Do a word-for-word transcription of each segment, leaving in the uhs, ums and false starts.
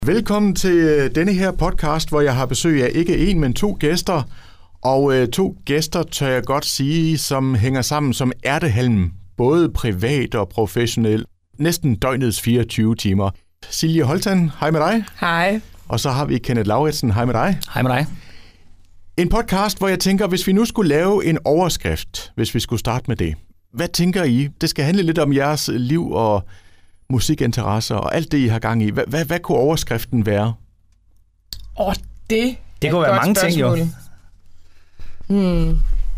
Velkommen til denne her podcast, hvor jeg har besøg af ikke en, men to gæster. Og øh, to gæster, tør jeg godt sige, som hænger sammen som ærtehalm, både privat og professionelt. Næsten døgnets fireogtyve timer. Silje Holtan, hej med dig. Hej. Og så har vi Kenneth Lauritsen, hej med dig. Hej med dig. En podcast, hvor jeg tænker, hvis vi nu skulle lave en overskrift, hvis vi skulle starte med det. Hvad tænker I? Det skal handle lidt om jeres liv og musikinteresser og alt det, I har gang i. Hvad, hvad, hvad kunne overskriften være? Åh, oh, det Det kunne være mange spørgsmål. ting, jo. Hmm.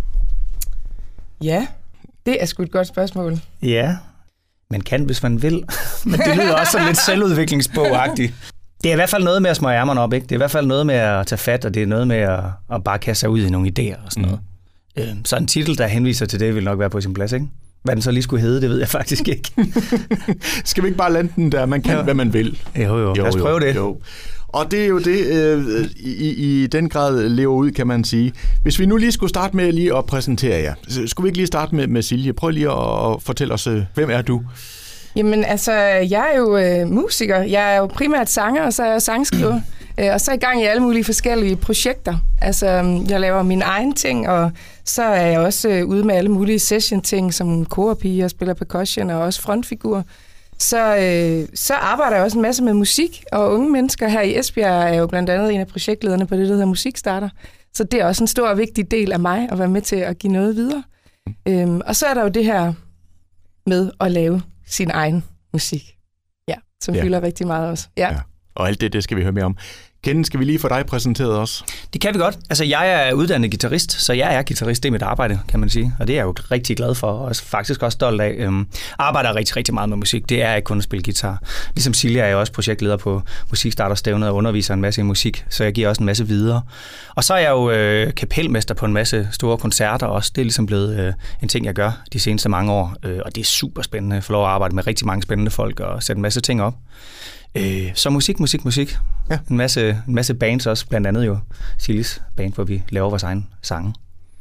Ja, det er sgu et godt spørgsmål. Ja, man kan, hvis man vil. Men det lyder også sådan lidt selvudviklingsbog-agtigt. Det er i hvert fald noget med at smøge ærmerne op, ikke? Det er i hvert fald noget med at tage fat, og det er noget med at, at bare kaste sig ud i nogle idéer og sådan noget. Mm. Så en titel, der henviser til det, vil nok være på sin plads, ikke? Hvad den så lige skulle hedde, det ved jeg faktisk ikke. Skal vi ikke bare lande den der? Man kan, ja. Hvad man vil. Jo, jo. jo Lad os prøve det. Jo. Og det er jo det, øh, i, i den grad lever ud, kan man sige. Hvis vi nu lige skulle starte med lige at præsentere jer. Skulle vi ikke lige starte med, med Silje? Prøv lige at, at fortælle os, hvem er du? Jamen altså, jeg er jo øh, musiker. Jeg er jo primært sanger, og så er jeg sangskriver. Og så er jeg i gang i alle mulige forskellige projekter. Altså, jeg laver mine egne ting, og så er jeg også øh, ude med alle mulige session-ting, som korpige og spiller percussion og også frontfigur. Så, øh, så arbejder jeg også en masse med musik, og unge mennesker her i Esbjerg er jo blandt andet en af projektlederne på det, der hedder Musikstarter. Så det er også en stor og vigtig del af mig at være med til at give noget videre. Øhm, og så er der jo det her med at lave sin egen musik, ja, som ja. fylder rigtig meget også. Ja. Ja. Og alt det, det skal vi høre mere om. Kenneth, skal vi lige få dig præsenteret også? Det kan vi godt. Altså, jeg er uddannet guitarist, så jeg er guitarist. Det er mit arbejde, kan man sige. Og det er jeg jo rigtig glad for, og faktisk også stolt af. Øhm, arbejder rigtig, rigtig meget med musik. Det er ikke kun at spille guitar. Ligesom Silje er jeg også projektleder på Musikstarterstævnet og underviser en masse i musik, så jeg giver også en masse videre. Og så er jeg jo øh, kapelmester på en masse store koncerter også. Det er ligesom blevet øh, en ting, jeg gør de seneste mange år. Øh, og det er super spændende at få lov at arbejde med rigtig mange spændende folk og sætte en masse ting op. Øh, så musik, musik, musik. Ja. En masse, en masse bands også, blandt andet jo Siljes band, hvor vi laver vores egen sange.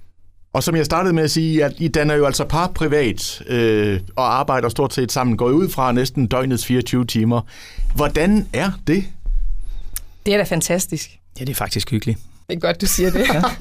Og som jeg startede med at sige, at I danner jo altså par privat øh, og arbejder stort set sammen, går ud fra næsten døgnets fireogtyve timer. Hvordan er det? Det er da fantastisk. Ja, det er faktisk hyggeligt. Det er godt, du siger det. Ja.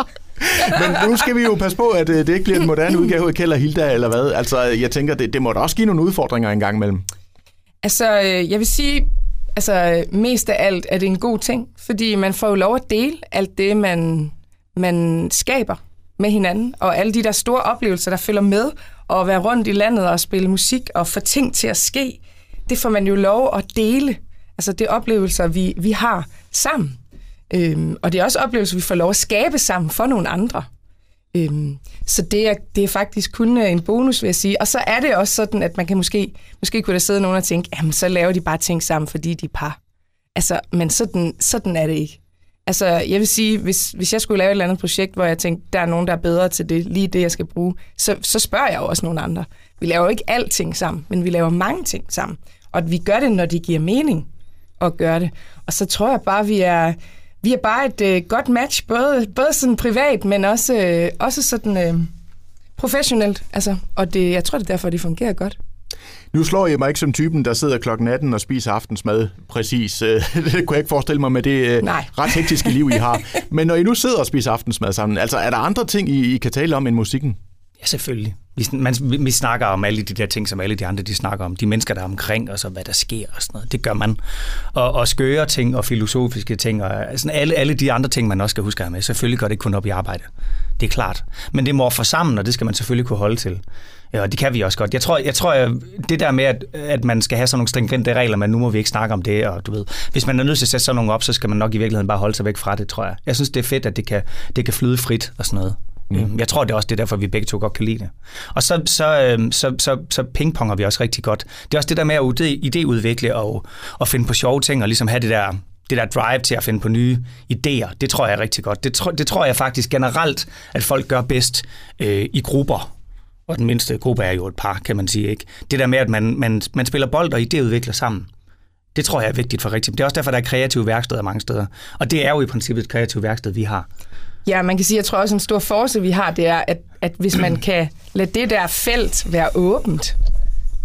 Men nu skal vi jo passe på, at det ikke bliver en moderne udgave af Kjeld og Hilda, eller hvad? Altså, jeg tænker, det, det må da også give nogle udfordringer en gang imellem. Altså, jeg vil sige, altså mest af alt er det en god ting, fordi man får jo lov at dele alt det, man, man skaber med hinanden, og alle de der store oplevelser, der følger med, og at være rundt i landet og spille musik og få ting til at ske, det får man jo lov at dele. Altså det er oplevelser, vi, vi har sammen. Øhm, og det er også oplevelser, vi får lov at skabe sammen for nogle andre. Øhm, så det er, det er faktisk kun en bonus, vil jeg sige. Og så er det også sådan, at man kan måske, måske kunne der sidde nogen og tænke, jamen så laver de bare ting sammen, fordi de er par. Altså, men sådan, sådan er det ikke. Altså, jeg vil sige, hvis, hvis jeg skulle lave et eller andet projekt, hvor jeg tænkte, der er nogen, der er bedre til det, lige det, jeg skal bruge, så, så spørger jeg jo også nogle andre. Vi laver jo ikke alting sammen, men vi laver mange ting sammen. Og vi gør det, når det giver mening at gøre det. Og så tror jeg bare, vi er... Vi er bare et øh, godt match, både, både sådan privat, men også, øh, også sådan øh, professionelt. Altså, og det, jeg tror, det er derfor, det fungerer godt. Nu slår jeg mig ikke som typen, der sidder klokken atten og spiser aftensmad præcis. Det kunne jeg ikke forestille mig med det øh, ret hektiske liv, I har. Men når I nu sidder og spiser aftensmad sammen, altså er der andre ting, I, I kan tale om end musikken? Ja, selvfølgelig. Vi, man, vi snakker om alle de der ting, som alle de andre de snakker om. De mennesker, der er omkring, og så hvad der sker og sådan noget. Det gør man. Og, og skøre ting og filosofiske ting, og sådan alle, alle de andre ting, man også skal huske at have med. Selvfølgelig går det ikke kun op i arbejde. Det er klart. Men det må få sammen, og det skal man selvfølgelig kunne holde til. Ja, og det kan vi også godt. Jeg tror, jeg tror at det der med, at, at man skal have sådan nogle stringente regler, men nu må vi ikke snakke om det, og du ved, hvis man er nødt til at sætte sådan nogle op, så skal man nok i virkeligheden bare holde sig væk fra det, tror jeg. Jeg synes, det er fedt, at det kan, det kan flyde frit og sådan noget. Mm. Jeg tror, det er også det derfor, vi begge to godt kan lide det. Og så, så, så, så, så pingponger vi også rigtig godt. Det er også det der med at idéudvikle og, og finde på sjove ting, og ligesom have det der, det der drive til at finde på nye idéer. Det tror jeg er rigtig godt. Det, tro, det tror jeg faktisk generelt, at folk gør bedst øh, i grupper. Og den mindste gruppe er jo et par, kan man sige, ikke? Det der med, at man, man, man spiller bold og idéudvikler sammen. Det tror jeg er vigtigt for rigtig. Det er også derfor, der er kreative værksteder mange steder. Og det er jo i princippet et kreativt værksted, vi har. Ja, man kan sige, jeg tror også, en stor force, vi har, det er, at, at hvis man kan lade det der felt være åbent,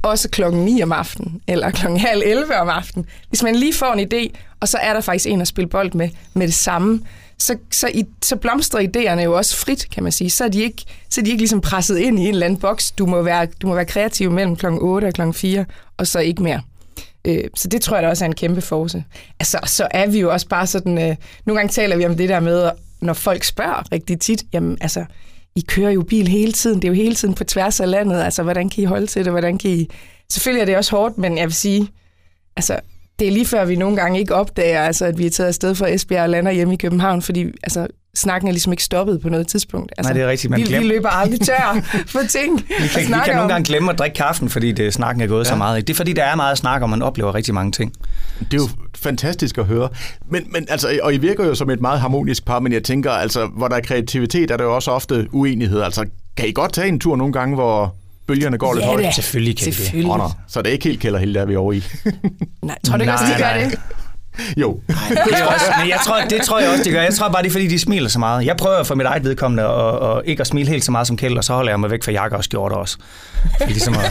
også klokken ni om aftenen, eller klokken halv elleve om aftenen. Hvis man lige får en idé, og så er der faktisk en at spille bold med, med det samme, så, så, i, så blomstrer idéerne jo også frit, kan man sige. Så er de ikke, så er de ikke ligesom presset ind i en eller anden boks. Du må være, du må være kreativ mellem klokken otte og klokken fire, og så ikke mere. Øh, så det tror jeg da også er en kæmpe force. Altså, så er vi jo også bare sådan... Øh, nogle gange taler vi om det der med, når folk spørger rigtig tit, jamen altså, I kører jo bil hele tiden, det er jo hele tiden på tværs af landet, altså hvordan kan I holde til det, hvordan kan I... Selvfølgelig er det også hårdt, men jeg vil sige, altså, det er lige før vi nogle gange ikke opdager, altså, at vi er taget afsted fra Esbjerg og lander hjemme i København, fordi altså, snakken er ligesom ikke stoppet på noget tidspunkt. Altså, Nej, det er rigtigt. Man vi, vi løber aldrig tør for ting. Vi kan, vi kan nogle gange glemme at drikke kaffen, fordi det, snakken er gået ja. så meget. Det er fordi, der er meget at snakke, og man oplever rigtig mange ting. Det er jo fantastisk at høre. Men, men altså, og I virker jo som et meget harmonisk par, men jeg tænker, altså, hvor der er kreativitet, er der jo også ofte uenighed. Altså, kan I godt tage en tur nogle gange, hvor bølgerne går ja, lidt højt? Ja, selvfølgelig kan selvfølgelig. det. Oh, no. Så det er ikke helt Kælderhilde, der er vi over i. Nej, tror du ikke også, de gør det? Jo. Nej, det, er også, men jeg tror, det tror jeg også, de gør. Jeg tror bare, det er, fordi de smiler så meget. Jeg prøver for mit eget vedkommende at, og ikke at smile helt så meget som Kjeld, og så holder jeg mig væk fra jakker og skjorter også. Ligesom at...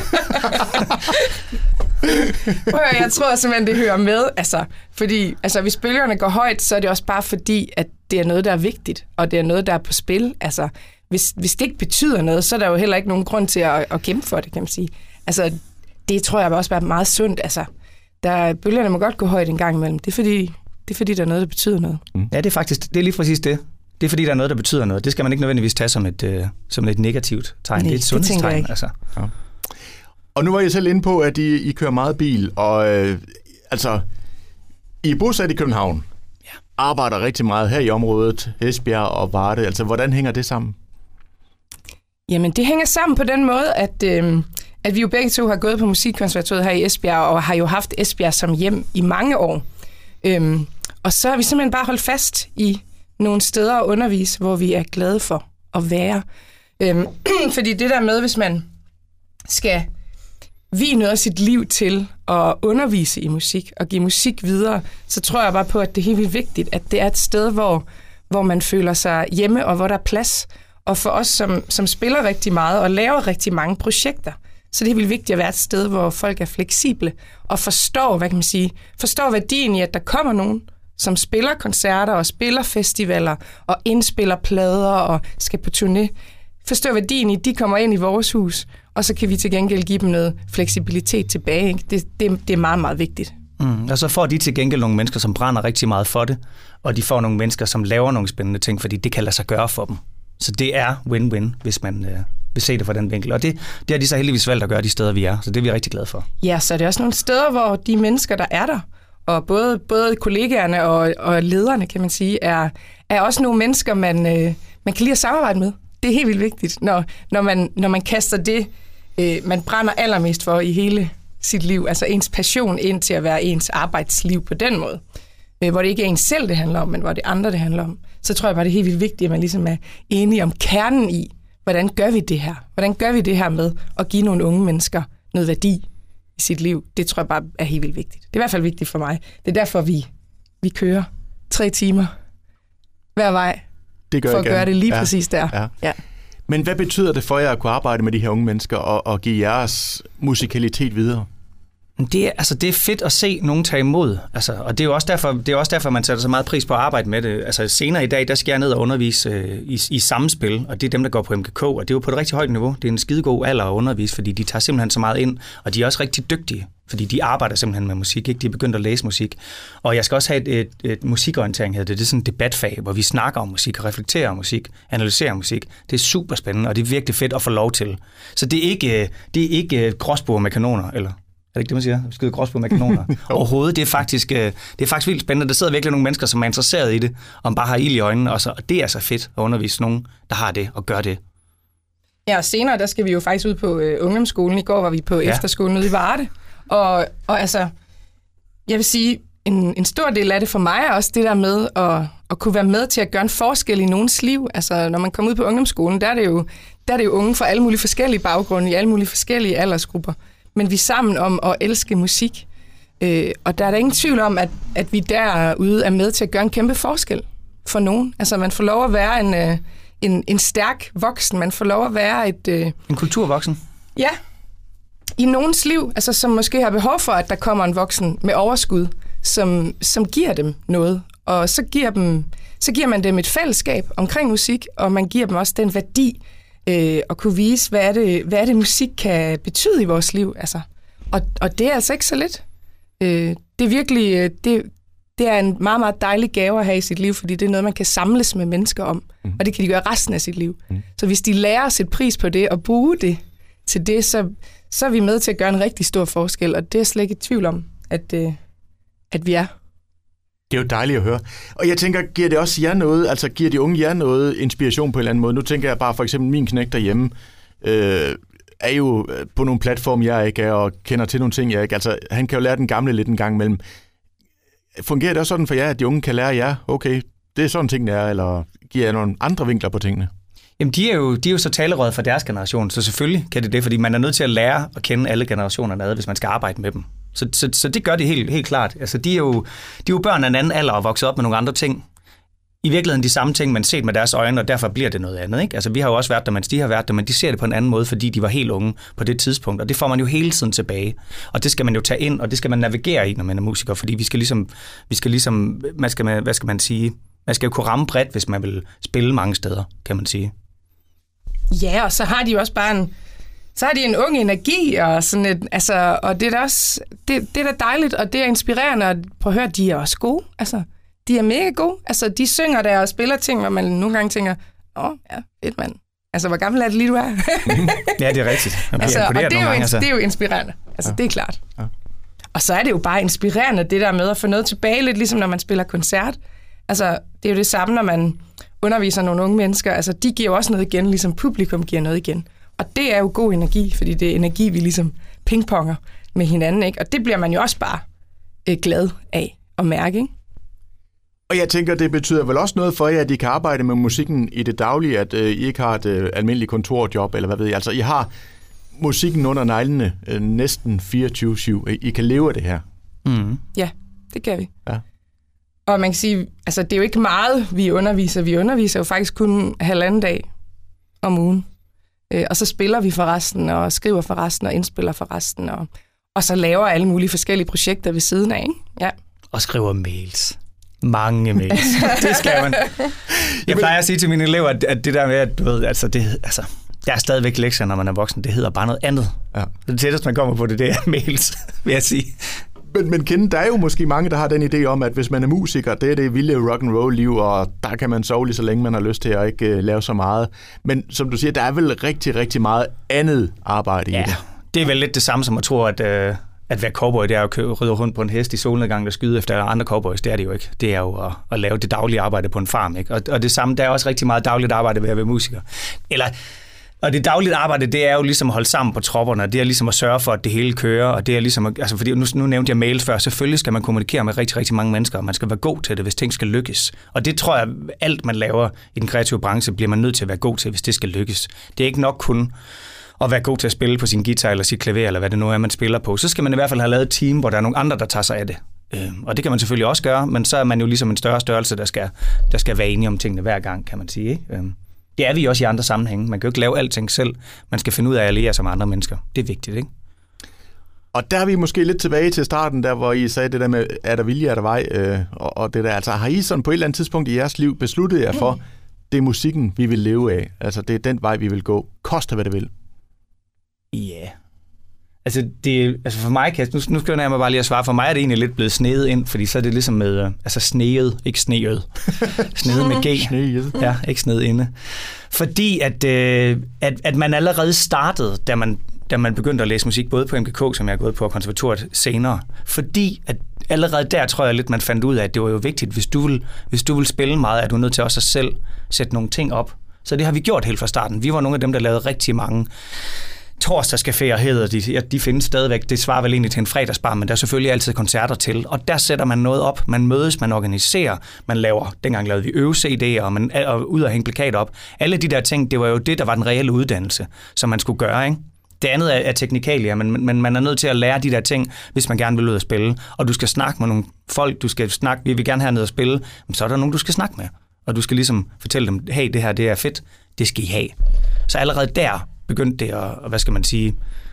Jeg tror simpelthen, det hører med. Altså, fordi altså, hvis bølgerne går højt, så er det også bare fordi, at det er noget, der er vigtigt, og det er noget, der er på spil. Altså, hvis, hvis det ikke betyder noget, så er der jo heller ikke nogen grund til at, at kæmpe for det, kan man sige. Altså, det tror jeg også er meget sundt. Altså, der, bølgerne må godt gå højt en gang imellem. Det er fordi, det er fordi der er noget, der betyder noget. Mm. Ja, det er faktisk det er lige præcis det. Det er fordi, der er noget, der betyder noget. Det skal man ikke nødvendigvis tage som et, uh, som et negativt tegn. Nej, det er et sundhedstegn. Altså. Ja. Og nu var jeg selv inde på, at I, I kører meget bil, og øh, altså, I er bosat i København. Ja. Arbejder rigtig meget her i området, Esbjerg og Varde. Altså, hvordan hænger det sammen? Jamen, det hænger sammen på den måde, at... Øh, at vi jo begge to har gået på Musikkonservatoriet her i Esbjerg, og har jo haft Esbjerg som hjem i mange år. Øhm, og så har vi simpelthen bare holdt fast i nogle steder at undervise, hvor vi er glade for at være. Øhm, fordi det der med, hvis man skal vie noget af sit liv til at undervise i musik, og give musik videre, så tror jeg bare på, at det er helt vildt vigtigt, at det er et sted, hvor, hvor man føler sig hjemme, og hvor der er plads. Og for os, som, som spiller rigtig meget og laver rigtig mange projekter, så det er helt vigtigt at være et sted, hvor folk er fleksible og forstår, hvad kan man sige, forstår værdien i, at der kommer nogen, som spiller koncerter og spiller festivaler og indspiller plader og skal på turné. Forstår værdien i, at de kommer ind i vores hus, og så kan vi til gengæld give dem noget fleksibilitet tilbage. Ikke? Det, det, det er meget, meget vigtigt. Mm, og så får de til gengæld nogle mennesker, som brænder rigtig meget for det, og de får nogle mennesker, som laver nogle spændende ting, fordi det kan lade sig gøre for dem. Så det er win-win, hvis man... Øh vil se det fra den vinkel. Og det, det har de så heldigvis valgt at gøre de steder, vi er. Så det er vi rigtig glade for. Ja, så er det også nogle steder, hvor de mennesker, der er der, og både, både kollegaerne og, og lederne, kan man sige, er, er også nogle mennesker, man, øh, man kan lide at samarbejde med. Det er helt vildt vigtigt, når, når, man, når man kaster det, øh, man brænder allermest for i hele sit liv, altså ens passion ind til at være ens arbejdsliv på den måde. Øh, hvor det ikke er ens selv, det handler om, men hvor det er andre, det handler om. Så tror jeg bare, det er helt vildt vigtigt, at man ligesom er enige om kernen i, hvordan gør vi det her? Hvordan gør vi det her med at give nogle unge mennesker noget værdi i sit liv? Det tror jeg bare er helt vildt vigtigt. Det er i hvert fald vigtigt for mig. Det er derfor, vi, vi kører tre timer hver vej det gør for at gerne. gøre det lige ja. præcis der. Ja. Ja. Men hvad betyder det for jer at kunne arbejde med de her unge mennesker og, og give jeres musikalitet videre? Det er, altså, det er fedt at se nogen tage imod, altså, og det er jo også derfor, det er også derfor, man sætter så meget pris på at arbejde med det. Altså, senere i dag, der skal jeg ned og undervise øh, i, i samspil, og det er dem, der går på M K K, og det er jo på et rigtig højt niveau. Det er en skidegod alder at undervise, fordi de tager simpelthen så meget ind, og de er også rigtig dygtige, fordi de arbejder simpelthen med musik, ikke? De er begyndt at læse musik. Og jeg skal også have et, et, et musikorientering, hedder det. Det er sådan et debatfag, hvor vi snakker om musik, reflekterer om musik, analyserer musik. Det er super spændende, og det er virkelig fedt at få lov til. Så det er ikke, det er ikke gråsbord med kanoner, eller... Er det ikke det, man siger? Skyde gråsbord med kanoner. Overhovedet, det er, faktisk, det er faktisk vildt spændende. Der sidder virkelig nogle mennesker, som er interesseret i det, og bare har ild i øjnene, og, så, og det er så fedt at undervise nogen, der har det og gør det. Ja, og senere, der skal vi jo faktisk ud på øh, ungdomsskolen. I går var vi på ja. efterskolen ude i Varde. Og, og altså, jeg vil sige, en, en stor del af det for mig er også det der med at, at kunne være med til at gøre en forskel i nogens liv. Altså, når man kommer ud på ungdomsskolen, der er det jo, der er det jo unge fra alle mulige forskellige baggrunde, i alle mulige forskellige aldersgrupper. Men vi er sammen om at elske musik. Øh, og der er der ingen tvivl om, at, at vi derude er med til at gøre en kæmpe forskel for nogen. Altså, man får lov at være en, øh, en, en stærk voksen. Man får lov at være et... Øh, en kulturvoksen? Ja. i nogens liv, altså som måske har behov for, at der kommer en voksen med overskud, som, som giver dem noget. Og så giver, dem, så giver man dem et fællesskab omkring musik, og man giver dem også den værdi øh, at kunne vise, hvad er, det, hvad er det, musik kan betyde i vores liv. Altså. Og, og det er altså ikke så lidt. Øh, det er virkelig det, det er en meget, meget dejlig gave at have i sit liv, fordi det er noget, man kan samles med mennesker om, mm. og det kan de gøre resten af sit liv. Mm. Så hvis de lærer at sætte pris på det og bruge det til det, så, så er vi med til at gøre en rigtig stor forskel, og det er slet ikke i tvivl om, at, øh, at vi er. Det er jo dejligt at høre. Og jeg tænker, giver det også jer noget, altså giver de unge jer noget inspiration på en eller anden måde? Nu tænker jeg bare for eksempel min knægt derhjemme, øh, er jo på nogle platform, jeg ikke er, og kender til nogle ting, jeg ikke. Altså, han kan jo lære den gamle lidt en gang imellem. Fungerer det også sådan for jer, at de unge kan lære jer, okay, det er sådan tingene er, eller giver jeg nogle andre vinkler på tingene? Jamen, de er jo, de er jo så talerød for deres generation, så selvfølgelig kan det det, fordi man er nødt til at lære at kende alle generationerne ad, hvis man skal arbejde med dem. Så, så, så det gør de helt, helt klart. Altså, de er, jo, de er jo børn af en anden alder og vokset op med nogle andre ting. I virkeligheden de samme ting, man set med deres øjne, og derfor bliver det noget andet. Ikke? Altså, vi har jo også været der, mens de har været der, men de ser det på en anden måde, fordi de var helt unge på det tidspunkt, og det får man jo hele tiden tilbage. Og det skal man jo tage ind, og det skal man navigere i, når man er musiker, fordi vi skal ligesom, vi skal ligesom man skal, hvad skal man sige, man skal jo kunne ramme bredt, hvis man vil spille mange steder, kan man sige. Ja, og så har de jo også bare en, så har de en ung energi, og sådan et, altså, og det er da også, det, det er da dejligt, og det er inspirerende, og prøv at høre, de er også gode, altså. De er mega gode. Altså, de synger der og spiller ting, hvor man nogle gange tænker, åh, ja, fedt mand. Altså, hvor gammel er det lige, du er? Ja, det er rigtigt. Altså, og det er, jo, gange, altså. det er jo inspirerende. Altså, ja. Det er klart. Ja. Og så er det jo bare inspirerende, det der med at få noget tilbage, lidt ligesom når man spiller koncert. Altså, det er jo det samme, når man underviser nogle unge mennesker. Altså, de giver jo også noget igen, ligesom publikum giver noget igen. Og det er jo god energi, fordi det er energi, vi ligesom pingponger med hinanden, ikke? Og det bliver man jo også bare øh, glad af at mærke, ikke? Og jeg tænker, det betyder vel også noget for jer, at I kan arbejde med musikken i det daglige, at øh, I ikke har et øh, almindeligt kontorjob, eller hvad ved jeg. Altså, I har musikken under neglene øh, næsten fireogtyve syv. I kan leve af det her. Mm. Ja, det kan vi. Ja. Og man kan sige, altså det er jo ikke meget, vi underviser. Vi underviser jo faktisk kun halvanden dag om ugen. Øh, og så spiller vi for resten, og skriver for resten, og indspiller for resten, og, og så laver alle mulige forskellige projekter ved siden af, ikke? Ja. Og skriver mails. Mange mails. Det skal man. Jeg plejer at sige til mine elever, at, at det der med, at du ved, altså, det, altså, der er stadigvæk lektier, når man er voksen. Det hedder bare noget andet. Ja. Det tætteste, man kommer på det, det er mails, vil jeg sige. Men, men Kende, der er jo måske mange, der har den idé om, at hvis man er musiker, det er det vilde rock and roll liv, og der kan man sove lige så længe man har lyst til at ikke uh, lave så meget. Men som du siger, der er vel rigtig, rigtig meget andet arbejde ja, i det. Det er vel lidt det samme som at tro, at, uh, at være cowboy, det er jo at ride rundt på en hest i solnedgang, der skyder efter andre cowboys. Det er det jo ikke. Det er jo at, at lave det daglige arbejde på en farm, ikke? Og, og det samme, der er også rigtig meget dagligt arbejde ved at være musiker. Eller... Og det daglige arbejde, det er jo ligesom at holde sammen på tropperne, det er ligesom at sørge for, at det hele kører, og det er ligesom, at, altså fordi nu, nu nævnte jeg mails før, selvfølgelig skal man kommunikere med rigtig, rigtig mange mennesker, og man skal være god til det, hvis ting skal lykkes. Og det tror jeg, alt man laver i den kreative branche, bliver man nødt til at være god til, hvis det skal lykkes. Det er ikke nok kun at være god til at spille på sin guitar eller sit klaver, eller hvad det nu er, man spiller på. Så skal man i hvert fald have lavet et team, hvor der er nogle andre, der tager sig af det. Og det kan man selvfølgelig også gøre, men så er man jo ligesom en større størrelse, der skal, der skal være enige om tingene hver gang, kan man sige, ikke? Det er vi også i andre sammenhænge. Man kan jo ikke lave alting selv. Man skal finde ud af at alliere sig med andre mennesker. Det er vigtigt, ikke? Og der er vi måske lidt tilbage til starten, der hvor I sagde det der med, er der vilje, er der vej? Øh, og, og det der. Altså, har I sådan på et eller andet tidspunkt i jeres liv besluttet jer for, det er musikken, vi vil leve af? Altså, det er den vej, vi vil gå. Koster, hvad det vil. Ja. Yeah. Altså, det, altså for mig, kan, nu, nu skal jeg bare lige at svare, for mig er det egentlig lidt blevet sneget ind, fordi så er det ligesom med, altså sneget, ikke sneet. Sneget med G. Sneget. Ja, ikke snedet inde. Fordi at, øh, at, at man allerede startede, da man, da man begyndte at læse musik, både på M G K, som jeg er gået på, og konservatoriet senere. Fordi at allerede der tror jeg lidt, man fandt ud af, at det var jo vigtigt, hvis du vil, hvis du vil spille meget, er du nødt til også at selv sætte nogle ting op. Så det har vi gjort helt fra starten. Vi var nogle af dem, der lavede rigtig mange torsdagscaféer hedder de. Ja, de findes stadigvæk. Det svarer vel egentlig til en fredagsbar, men der er selvfølgelig altid koncerter til. Og der sætter man noget op. Man mødes, man organiserer, man laver, dengang lavede vi øve-C D'er, og man er ud og hænge plakater op. Alle de der ting, det var jo det, der var den reelle uddannelse, som man skulle gøre, ikke? Det andet er, er teknikalier, men, men man er nødt til at lære de der ting, hvis man gerne vil ud og spille. Og du skal snakke med nogle folk, du skal snakke, vi vil gerne have ned og spille, så er der nogen, du skal snakke med. Og du skal ligesom fortælle dem, hey, det her, det er fedt, det skal I have. Så allerede der begyndte det at, hvad skal man sige,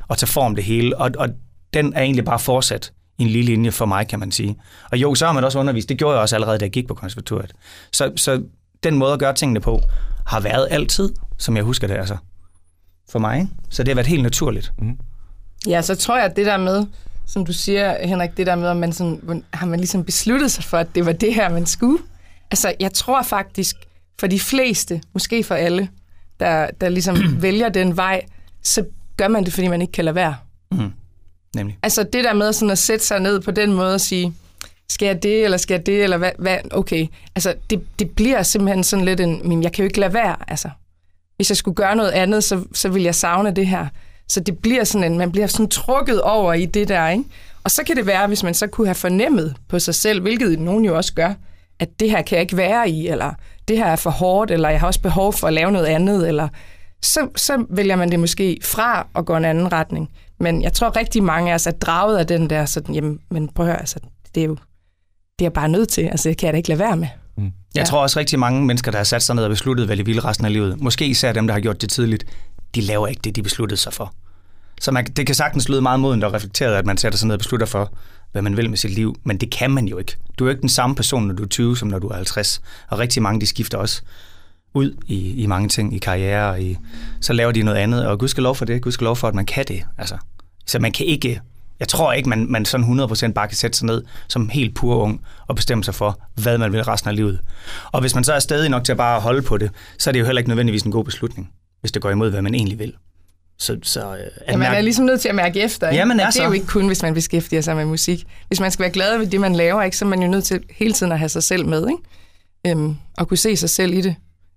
og tage form det hele, og, og den er egentlig bare fortsat i en lille linje for mig, kan man sige. Og jo, så har man også undervist, det gjorde jeg også allerede, da jeg gik på konservatoriet. Så, så den måde at gøre tingene på, har været altid, som jeg husker det, altså, for mig. Ikke? Så det har været helt naturligt. Mm. Ja, så tror jeg, at det der med, som du siger, Henrik, det der med, at man sådan, har man ligesom besluttet sig for, at det var det her, man skulle. Altså, jeg tror faktisk, for de fleste, måske for alle, der, der ligesom vælger den vej, så gør man det, fordi man ikke kan lade være. Mm. Nemlig. Altså, det der med sådan at sætte sig ned på den måde og sige, skal jeg det, eller skal jeg det, eller hvad, hvad? Okay. Altså, det, det bliver simpelthen sådan lidt en, men jeg kan jo ikke lade være, altså. Hvis jeg skulle gøre noget andet, så, så vil jeg savne det her. Så det bliver sådan en, man bliver sådan trukket over i det der, ikke? Og så kan det være, hvis man så kunne have fornemmet på sig selv, hvilket nogen jo også gør, at det her kan jeg ikke være i, eller det her er for hårdt, eller jeg har også behov for at lave noget andet, eller så, så vælger man det måske fra at gå en anden retning. Men jeg tror rigtig mange af os er draget af den der sådan, jamen, men prøv at høre, altså, det er jo det er jeg bare nødt til, altså det kan jeg da ikke lade være med. Mm. Jeg ja. tror også rigtig mange mennesker, der har sat sig ned og besluttet, hvad de vil resten af livet, måske især dem, der har gjort det tidligt, de laver ikke det, de besluttede sig for. Så man, det kan sagtens lyde meget modent og reflekteret, at man sætter sig ned og beslutter for, hvad man vil med sit liv, men det kan man jo ikke. Du er jo ikke den samme person, når du er tyve, som når du er halvtreds, og rigtig mange, de skifter også ud i, i mange ting, i karriere, og i, så laver de noget andet, og Gud skal lov for det, Gud skal lov for, at man kan det. Altså, så man kan ikke, jeg tror ikke, man, man sådan hundrede procent bare kan sætte sig ned som helt pur ung og bestemme sig for, hvad man vil resten af livet. Og hvis man så er stadig nok til at bare holde på det, så er det jo heller ikke nødvendigvis en god beslutning, hvis det går imod, hvad man egentlig vil. Så, så, øh, ja, man er ligesom nødt til at mærke efter. Ikke? Ja, man er det er jo ikke kun, hvis man beskæftiger sig med musik. Hvis man skal være glad ved det, man laver, ikke, så er man jo nødt til hele tiden at have sig selv med, ikke? Øhm, og kunne se sig selv i det.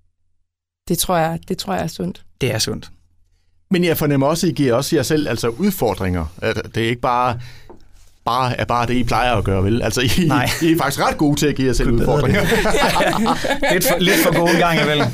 Det tror jeg, det tror jeg er sundt. Det er sundt. Men jeg fornemmer også, at I giver også jer selv altså udfordringer. Det er ikke bare, bare, er bare det, I plejer at gøre, vel? Altså, I, Nej. I er faktisk ret gode til at give jer selv udfordringer. lidt, for, lidt for gode gang imellem.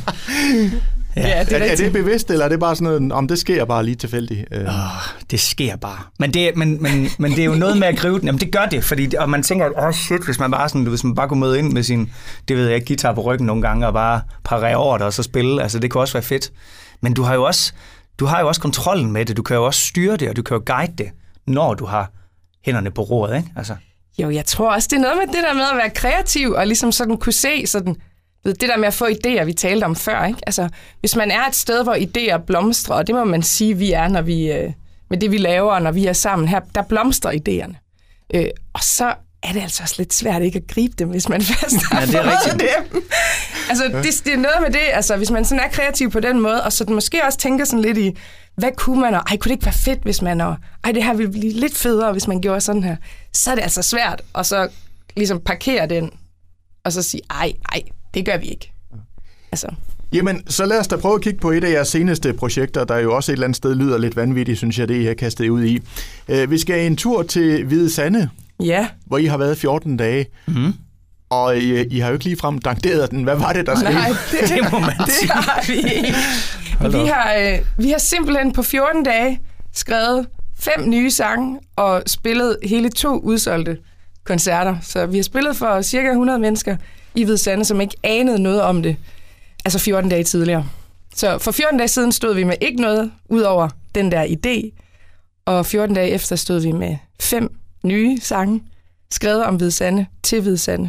Ja. Ja, det er, er, er det bevidst, eller er det bare sådan noget, om det sker bare lige tilfældigt? Oh, det sker bare. Men det, men, men, men det er jo noget med at gribe den. Jamen, det gør det, fordi og man tænker, åh oh, shit, hvis man bare sådan, hvis man bare går med ind med sin, det ved jeg, guitar på ryggen nogle gange, og bare parere over det, og så spille, altså det kunne også være fedt. Men du har jo også, du har jo også kontrollen med det, du kan jo også styre det, og du kan jo guide det, når du har hænderne på roret, ikke? Altså. Jo, jeg tror også, det er noget med det der med at være kreativ, og ligesom sådan kunne se sådan, det der med at få idéer, vi talte om før, ikke? Altså, hvis man er et sted, hvor idéer blomstrer, og det må man sige, vi er, når vi, øh, med det vi laver, når vi er sammen her, der blomstrer idéerne. Øh, og så er det altså også lidt svært ikke at gribe dem, hvis man først har ja, det er fået dem. Altså, det, det er noget med det, altså, hvis man sådan er kreativ på den måde, og så måske også tænker sådan lidt i, hvad kunne man, og ej, kunne det ikke være fedt, hvis man, og ej, det her ville blive lidt federe, hvis man gjorde sådan her. Så er det altså svært, og så ligesom parkere den, og så sige, ej, ej, det gør vi ikke. Altså. Jamen, så lad os da prøve at kigge på et af jeres seneste projekter, der jo også et eller andet sted lyder lidt vanvittigt, synes jeg, det I har kastet ud i. Vi skal en tur til Hvide Sande, ja. Hvor I har været fjorten dage. Mm-hmm. Og I, I har jo ikke ligefrem dankeret den. Hvad var det, der skete? Nej, det, det må man det har vi ikke. Vi har, øh, vi har simpelthen på fjorten dage skrevet fem nye sange og spillet hele to udsolgte koncerter. Så vi har spillet for cirka hundrede mennesker i Hvide Sande, som ikke anede noget om det. Altså fjorten dage tidligere. Så for fjorten dage siden stod vi med ikke noget, ud over den der idé. Og fjorten dage efter stod vi med fem nye sange, skrevet om Hvide Sande til Hvide Sande.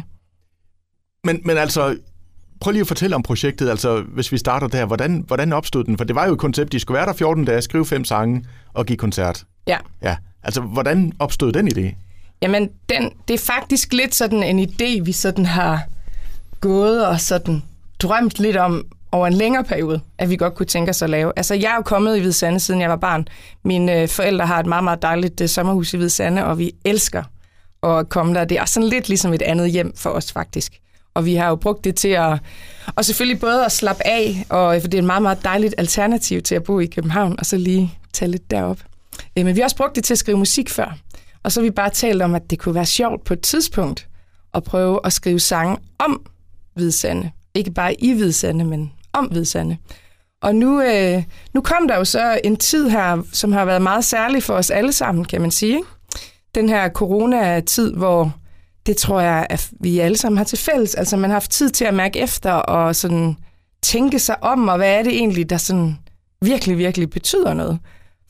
Men, men altså, prøv lige at fortælle om projektet, altså hvis vi starter der, hvordan, hvordan opstod den? For det var jo et koncept, de skulle være der fjorten dage, skrive fem sange og give koncert. Ja. Ja. Altså, hvordan opstod den idé? Jamen, den, det er faktisk lidt sådan en idé, vi sådan har gået og sådan drømt lidt om over en længere periode, at vi godt kunne tænke os at lave. Altså, jeg er jo kommet i Hvide Sande, siden jeg var barn. Mine øh, forældre har et meget, meget dejligt øh, sommerhus i Hvide Sande, og vi elsker at komme der. Det er sådan lidt ligesom et andet hjem for os, faktisk. Og vi har jo brugt det til at... Og selvfølgelig både at slappe af, og for det er et meget, meget dejligt alternativ til at bo i København, og så lige tage lidt derop. Øh, men vi har også brugt det til at skrive musik før. Og så har vi bare talt om, at det kunne være sjovt på et tidspunkt at prøve at skrive sange om Hvide Sande. Ikke bare i Hvide Sande, men om Hvide Sande. Og nu, øh, nu kom der jo så en tid her, som har været meget særlig for os alle sammen, kan man sige. Ikke? Den her corona-tid, hvor det tror jeg, at vi alle sammen har til fælles. Altså man har haft tid til at mærke efter og sådan tænke sig om, og hvad er det egentlig, der sådan virkelig, virkelig betyder noget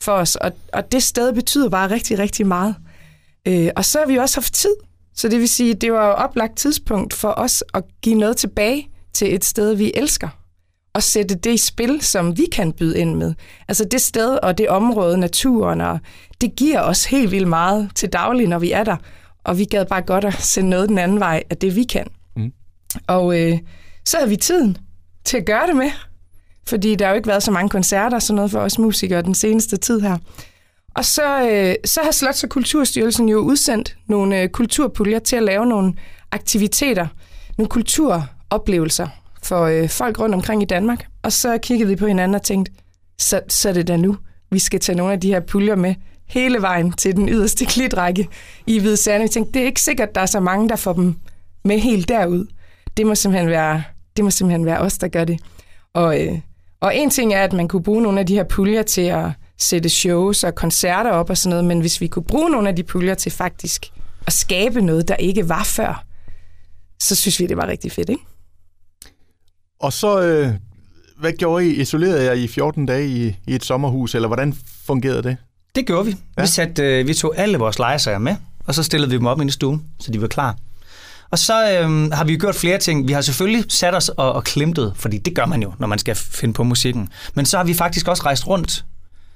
for os, og, og det sted betyder bare rigtig, rigtig meget. Øh, og så har vi også haft tid, så det vil sige, det var jo oplagt tidspunkt for os at give noget tilbage til et sted, vi elsker, og sætte det i spil, som vi kan byde ind med. Altså det sted og det område, naturen, og det giver os helt vildt meget til daglig, når vi er der, og vi gad bare godt at sende noget den anden vej af det, vi kan. Mm. Og øh, så har vi tiden til at gøre det med, fordi der har jo ikke været så mange koncerter og sådan noget for os musikere den seneste tid her. Og så, øh, så har Slots- og Kulturstyrelsen jo udsendt nogle øh, kulturpuljer til at lave nogle aktiviteter, nogle kulturoplevelser for øh, folk rundt omkring i Danmark. Og så kiggede vi på hinanden og tænkte, så, så er det da nu, vi skal tage nogle af de her puljer med hele vejen til den yderste klitrække i Hvide Sande. Vi tænkte, det er ikke sikkert, at der er så mange, der får dem med helt derud. Det må simpelthen være, det må simpelthen være os, der gør det. Og, øh, og en ting er, at man kunne bruge nogle af de her puljer til at sætte shows og koncerter op og sådan noget, men hvis vi kunne bruge nogle af de puljer til faktisk at skabe noget, der ikke var før, så synes vi, det var rigtig fedt, ikke? Og så, øh, hvad gjorde I? Isolerede jer i fjorten dage i, i et sommerhus, eller hvordan fungerede det? Det gjorde vi. Ja. Vi, satte, øh, vi tog alle vores legesager med, og så stillede vi dem op ind i stuen, så de var klar. Og så øh, har vi gjort flere ting. Vi har selvfølgelig sat os og, og klimtet, fordi det gør man jo, når man skal finde på musikken. Men så har vi faktisk også rejst rundt.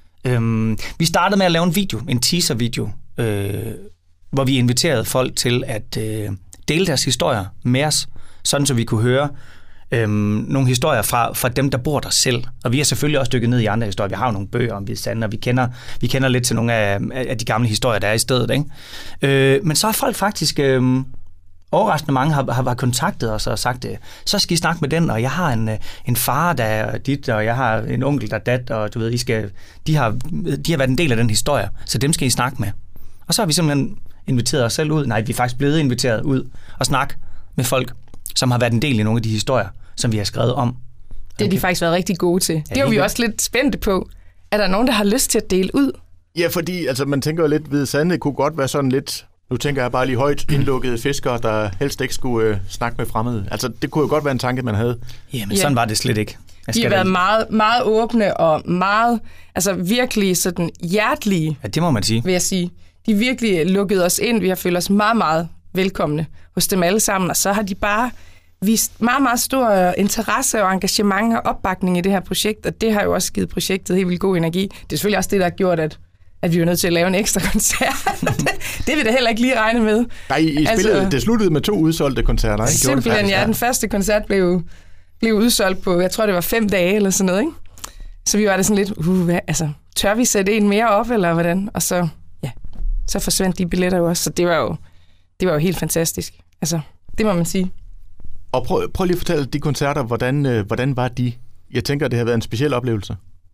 Øhm, vi startede med at lave en video, en teaser-video, øh, hvor vi inviterede folk til at øh, dele deres historier med os, sådan så vi kunne høre øh, nogle historier fra, fra dem, der bor der selv. Og vi har selvfølgelig også dykket ned i andre historier. Vi har jo nogle bøger om Hvide Sande, og vi kender, vi kender lidt til nogle af, af de gamle historier, der er i stedet. Ikke? Øh, men så har folk faktisk... Øh, overraskende mange har, har, har kontaktet os og sagt, så skal I snakke med den, og jeg har en, en far, der er dit, og jeg har en onkel, der er dat, og du ved, I skal, de, har, de har været en del af den historie, så dem skal I snakke med. Og så har vi simpelthen inviteret os selv ud. Nej, vi er faktisk blevet inviteret ud og snakke med folk, som har været en del i nogle af de historier, som vi har skrevet om. Det har de faktisk været rigtig gode til. Ja, det er vi også lidt spændte på. Er der nogen, der har lyst til at dele ud? Ja, fordi altså, man tænker jo lidt, Hvide Sande kunne godt være sådan lidt... Nu tænker jeg bare lige højt indlukkede fiskere, der helst ikke skulle øh, snakke med fremmede. Altså, det kunne jo godt være en tanke, man havde. Jamen, sådan ja. var det slet ikke. De har været meget, meget åbne og meget, altså virkelig sådan hjertelige. Ja, det må man sige. Vil jeg sige. De virkelig lukkede os ind. Vi har følt os meget, meget velkomne hos dem alle sammen. Og så har de bare vist meget, meget stor interesse og engagement og opbakning i det her projekt. Og det har jo også givet projektet helt vildt god energi. Det er selvfølgelig også det, der har gjort, at at vi var nødt til at lave en ekstra koncert. Det vil da heller ikke lige regne med. Nej, I spillede, altså, det sluttede med to udsolgte koncerter. Ikke? Simpelthen, ja. Den første koncert blev, blev udsolgt på, jeg tror, det var fem dage eller sådan noget. Ikke? Så vi var da sådan lidt, uh, hvad, altså, tør vi sætte en mere op, eller hvordan? Og så, ja, så forsvandt de billetter jo også. Så det var jo, det var jo helt fantastisk. Altså, det må man sige. Og prøv, prøv lige at fortælle de koncerter, hvordan, øh, hvordan var de? Jeg tænker, det har været en speciel oplevelse.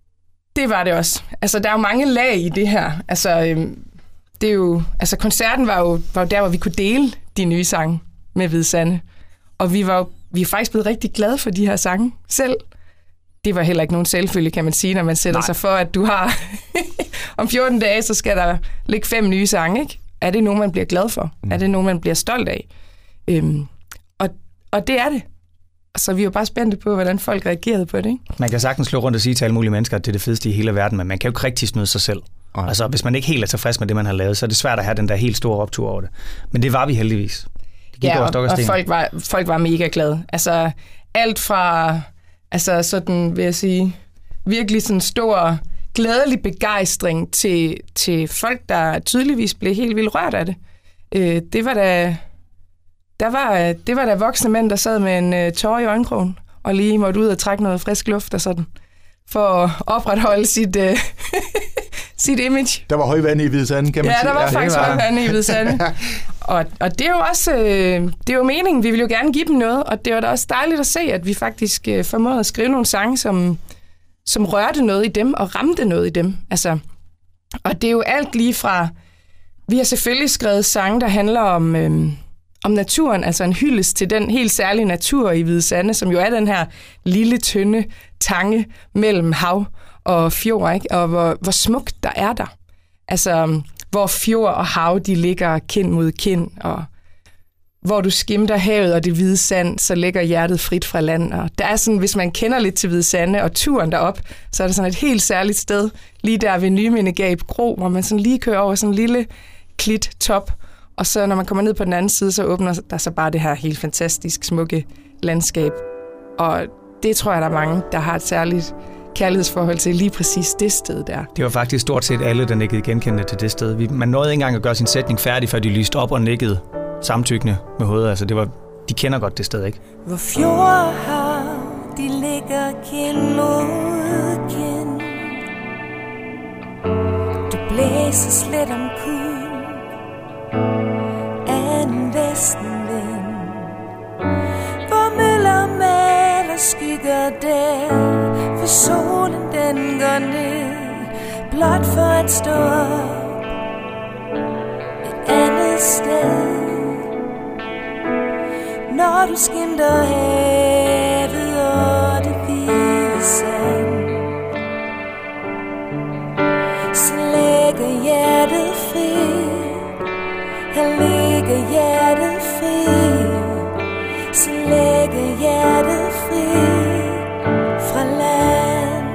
Det var det også. Altså, der er jo mange lag i det her. Altså, øhm, det er jo, altså koncerten var jo, var jo der, hvor vi kunne dele de nye sange med Hvide Sande. Og vi var jo, vi er faktisk blevet rigtig glade for de her sange selv. Det var heller ikke nogen selvfølge, kan man sige, når man sætter Nej. sig for, at du har om fjorten dage, så skal der ligge fem nye sange, ikke? Er det nogen, man bliver glad for? Mm. Er det nogen, man bliver stolt af? Øhm, og, og det er det. Så vi er jo bare spændte på, hvordan folk reagerede på det, ikke? Man kan sagtens slå rundt og sige til alle mulige mennesker, at det er det fedeste i hele verden, men man kan jo ikke rigtig snyde sig selv. Okay. Altså, hvis man ikke helt er tilfreds med det, man har lavet, så er det svært at have den der helt store optur over det. Men det var vi heldigvis. Det gik ja, over stok og, og folk var, folk var mega glade. Altså, alt fra, altså sådan, vil jeg sige, virkelig sådan stor, glædelig begejstring til, til folk, der tydeligvis blev helt vildt rørt af det. Øh, det var da... Der var, det var der voksne mænd, der sad med en uh, tår i øjenkrogen, og lige måtte ud og trække noget frisk luft og sådan, for at opretholde sit, uh, sit image. Der var højvand i Hvide Sande, kan man ja, sige. Ja, der var ja, faktisk var... højvand i Hvide Sande. og, og det er jo også uh, det er jo meningen, vi vil jo gerne give dem noget, og det var da også dejligt at se, at vi faktisk uh, formåede at skrive nogle sange, som, som rørte noget i dem, og ramte noget i dem. Altså, og det er jo alt lige fra, vi har selvfølgelig skrevet sange, der handler om... Uh, om naturen, altså en hyldest til den helt særlige natur i Hvide Sande, som jo er den her lille, tynde tange mellem hav og fjord, ikke? Og hvor, hvor smukt der er der. Altså, hvor fjord og hav, de ligger kind mod kind, og hvor du skimter havet og det hvide sand, så ligger hjertet frit fra land. Og der er sådan, hvis man kender lidt til Hvide Sande og turen derop, så er der sådan et helt særligt sted, lige der ved Nymindegab Kro, hvor man sådan lige kører over sådan en lille klittop, og så når man kommer ned på den anden side, så åbner der så bare det her helt fantastisk smukke landskab. Og det tror jeg, der er mange, der har et særligt kærlighedsforhold til lige præcis det sted der. Det var faktisk stort set alle, der nikkede genkendende til det sted. Man nåede ikke engang at gøre sin sætning færdig, før de lyste op og nikkede samtykkende med hovedet. Altså, det var, de kender godt det sted, ikke? Hvor fjord og hav, de ligger kind mod kind. Du blæser slet om kul af en vestenvind. Hvor møller maler skygger der, for solen den går ned, blot for at stå op et andet sted. Når du skimter havet og det hvide sand, så lægger hjertet fri. Her ligger hjertet fri. Så lægger hjertet fri fra land.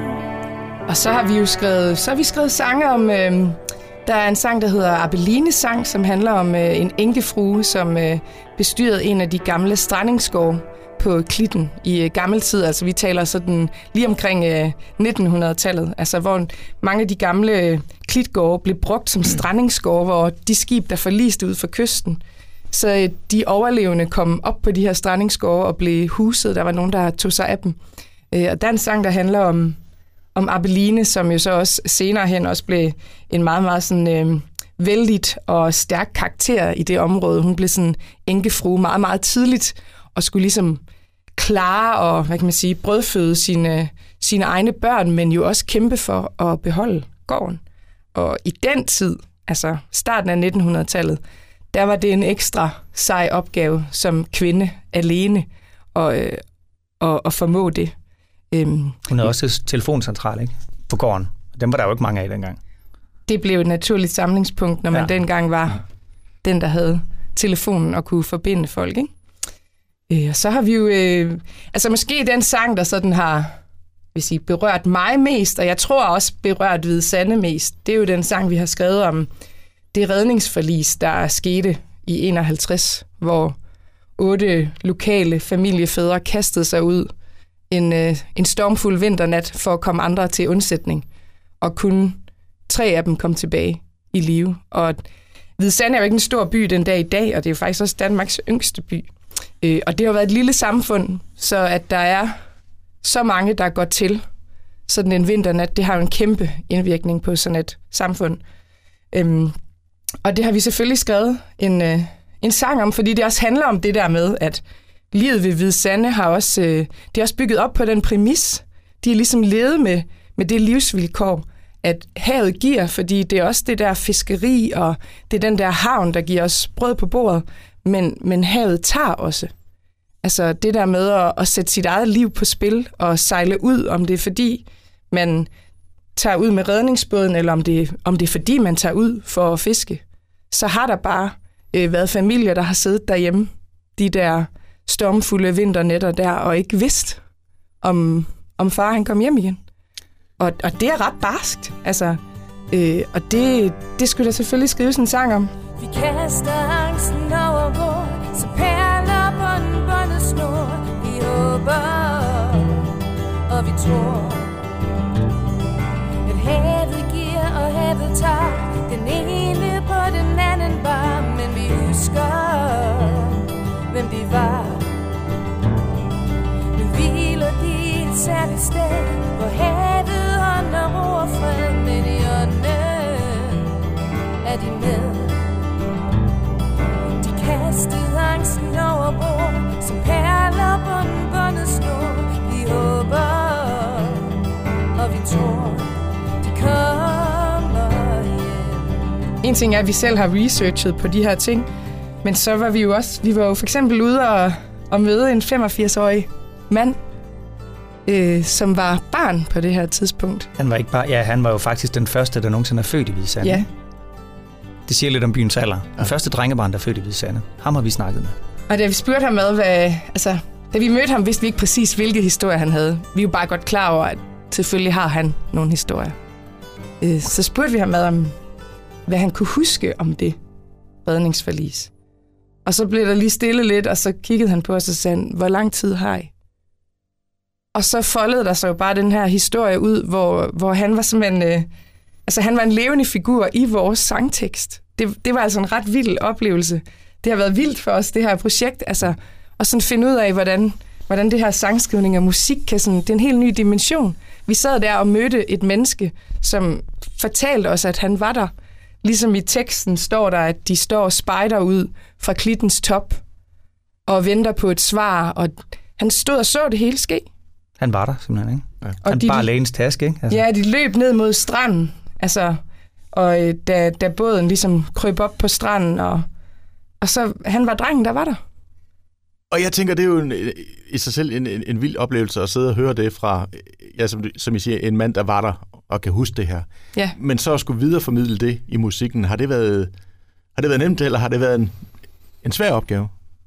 Og så har vi jo skrevet, så har vi skrevet sange om... Øh, Der er en sang, der hedder Abelines sang, som handler om øh, en enkefrue, som øh, bestyrede en af de gamle strandingsgårde på Klitten i øh, gammel tid. Altså vi taler sådan lige omkring øh, nitten hundrede-tallet, altså hvor mange af de gamle øh, klitgårde blev brugt som strandingsgårde, hvor de skib, der forliste ud fra kysten, så øh, de overlevende kom op på de her strandingsgårde og blev huset. Der var nogen, der tog sig af dem. Øh, og der er en sang, der handler om... om Abeline, som jo så også senere hen også blev en meget, meget sådan, øh, vældigt og stærk karakter i det område. Hun blev sådan enkefrue meget, meget tidligt og skulle ligesom klare og, hvad kan man sige, brødføde sine, sine egne børn, men jo også kæmpe for at beholde gården. Og i den tid, altså starten af nitten hundrede-tallet, der var det en ekstra sej opgave som kvinde alene at, øh, at, at formå det. Hun havde også telefoncentral, ikke? På gården. Dem var der jo ikke mange af dengang. Det blev et naturligt samlingspunkt, når man ja. dengang var ja. den, der havde telefonen og kunne forbinde folk, ikke? Øh, og så har vi jo... Øh, altså måske den sang, der sådan har vil sige, berørt mig mest, og jeg tror også berørt Hvide Sande mest, det er jo den sang, vi har skrevet om det redningsforlis, der skete i enoghalvtreds, hvor otte lokale familiefædre kastede sig ud En, øh, en stormfuld vinternat for at komme andre til undsætning, og kun tre af dem kom tilbage i live. Og Hvide Sande er jo ikke en stor by den dag i dag, og det er jo faktisk også Danmarks yngste by. Øh, og det har været et lille samfund, så at der er så mange, der går til sådan en vinternat, det har jo en kæmpe indvirkning på sådan et samfund. Øhm, og det har vi selvfølgelig skrevet en, øh, en sang om, fordi det også handler om det der med, at livet ved Hvide Sande har også, øh, det er også bygget op på den præmis. De er ligesom levet med, med det livsvilkår, at havet giver, fordi det er også det der fiskeri, og det er den der havn, der giver os brød på bordet, men, men havet tager også. Altså det der med at, at sætte sit eget liv på spil og sejle ud, om det er fordi, man tager ud med redningsbåden, eller om det, om det er fordi, man tager ud for at fiske, så har der bare øh, været familier, der har siddet derhjemme, de der stormfulde vinternætter der, og ikke vidst, om, om far han kom hjem igen. Og, og det er ret barskt, altså, øh, og det, det skulle der selvfølgelig skrives en sang om. Vi kaster angsten over bord, så perler på en båndesnor. Vi håber, og vi tror, at havet giver, og havet tager. Den ene på den anden bar, men vi husker, hvem de var. Nu hviler de et særligt sted, hvor havet ånder ro og fred, men i ånden er de med. De kastede angsten over bord, som perler på en båndesnor. Vi håber, og vi tror, de kommer hjem. En ting er, at vi selv har researchet på de her ting, men så var vi jo også, vi var jo for eksempel ude og, og møde en femogfirs-årig mand, øh, som var barn på det her tidspunkt. Han var ikke bare, ja, han var jo faktisk den første, der nogensinde er født i Hvide Sande. Ja. Det siger lidt om byens alder. Den ja. første drengebarn, der er født i Hvide Sande. Ham har vi snakket med. Og da vi spurgte ham med, hvad, altså, da vi mødte ham, vidste vi ikke præcis, hvilke historier han havde. Vi er jo bare godt klar over, at selvfølgelig har han nogle historier. Øh, så spurgte vi ham med, om, hvad han kunne huske om det redningsforlis. Og så blev der lige stille lidt, og så kiggede han på os og sagde, hvor lang tid har I? Og så foldede der sig jo bare den her historie ud, hvor, hvor han var simpelthen... Øh, altså, han var en levende figur i vores sangtekst. Det, det var altså en ret vild oplevelse. Det har været vildt for os, det her projekt. Altså, og sådan finde ud af, hvordan, hvordan det her sangskrivning og musik kan sådan... Det er en helt ny dimension. Vi sad der og mødte et menneske, som fortalte os, at han var der. Ligesom i teksten står der, at de står og spejder ud fra klittens top og venter på et svar, og han stod og så det hele ske. Han var der simpelthen, ikke? Ja. Og han de, bare lægens taske, ikke? Altså. Ja, de løb ned mod stranden, altså, og øh, da, da båden ligesom krøb op på stranden, og, og så han var drengen, der var der. Og jeg tænker, det er jo en, i sig selv en, en, en vild oplevelse at sidde og høre det fra, ja, som, som I siger, en mand, der var der og kan huske det her. Ja. Men så at skulle videreformidle det i musikken, har det været, har det været nemt, eller har det været en, en svær opgave?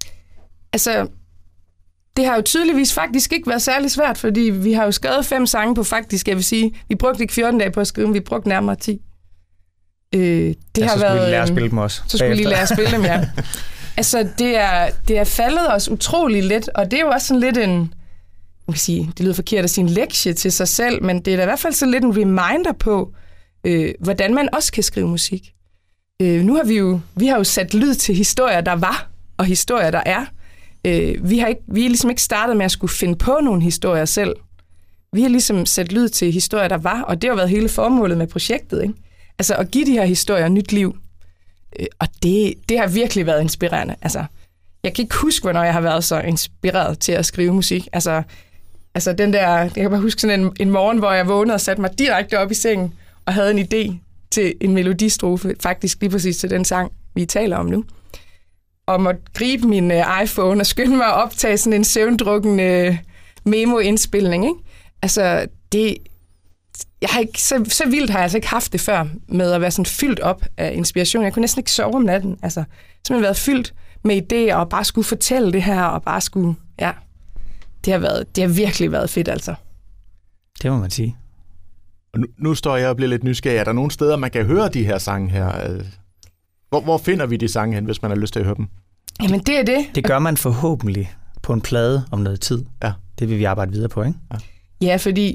Altså, det har jo tydeligvis faktisk ikke været særlig svært, fordi vi har jo skrevet fem sange på faktisk, jeg vil sige, vi brugte ikke fjorten dage på at skrive, men vi brugte nærmere ti. Øh, det ja, har så været, skulle vi lære at spille dem også. Så skulle vi lige lære at spille dem, ja. Altså, det er, det er faldet os utrolig let, og det er jo også sådan lidt en, man kan sige, det lyder forkert at sige en lektie til sig selv, men det er da i hvert fald sådan lidt en reminder på, øh, hvordan man også kan skrive musik. Øh, nu har vi jo, vi har jo sat lyd til historier, der var, og historier, der er. Øh, vi har ikke, vi er ligesom ikke startet med at skulle finde på nogle historier selv. Vi har ligesom sat lyd til historier, der var, og det har været hele formålet med projektet, ikke? Altså at give de her historier nyt liv. Øh, og det, det har virkelig været inspirerende. Altså, jeg kan ikke huske, hvornår jeg har været så inspireret til at skrive musik. Altså, altså den der, jeg kan bare huske sådan en, en morgen, hvor jeg vågnede og satte mig direkte op i sengen og havde en idé til en melodistrofe, faktisk lige præcis til den sang, vi taler om nu. Og måtte gribe min uh, iPhone og skynde mig at optage sådan en søvndrukken uh, memo-indspilning, ikke? Altså, det... Jeg har ikke, så, så vildt har jeg altså ikke haft det før, med at være sådan fyldt op af inspiration. Jeg kunne næsten ikke sove om natten. Altså, simpelthen været fyldt med idéer, og bare skulle fortælle det her, og bare skulle... Ja, det har, været, det har virkelig været fedt, altså. Det må man sige. Og nu, nu står jeg og bliver lidt nysgerrig. Er der nogle steder, man kan høre de her sange her? Hvor, hvor finder vi de sange hen, hvis man har lyst til at høre dem? Jamen, det er det. Det gør man forhåbentlig på en plade om noget tid. Ja. Det vil vi arbejde videre på, ikke? Ja, ja, fordi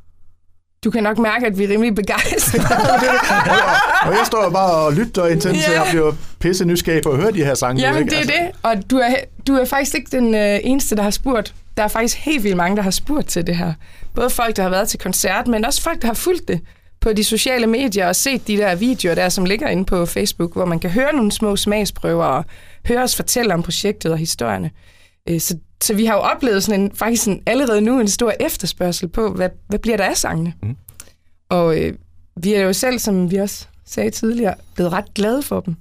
du kan nok mærke, at vi er rimelig begejstrede. og jeg står bare og lytter intens, så jeg bliver pisse nysgerrig på at høre de her sange. Jamen, ikke? det er altså. det. Og du er, du er faktisk ikke den øh, eneste, der har spurgt. Der er faktisk helt vildt mange, der har spurgt til det her. Både folk, der har været til koncert, men også folk, der har fulgt det på de sociale medier og set de der videoer der, som ligger inde på Facebook, hvor man kan høre nogle små smagsprøver og høre os fortælle om projektet og historierne. Så, så vi har jo oplevet sådan en, faktisk en, allerede nu en stor efterspørgsel på, hvad, hvad bliver der af sangene? Mm. Og øh, vi er jo selv, som vi også sagde tidligere, blevet ret glade for dem.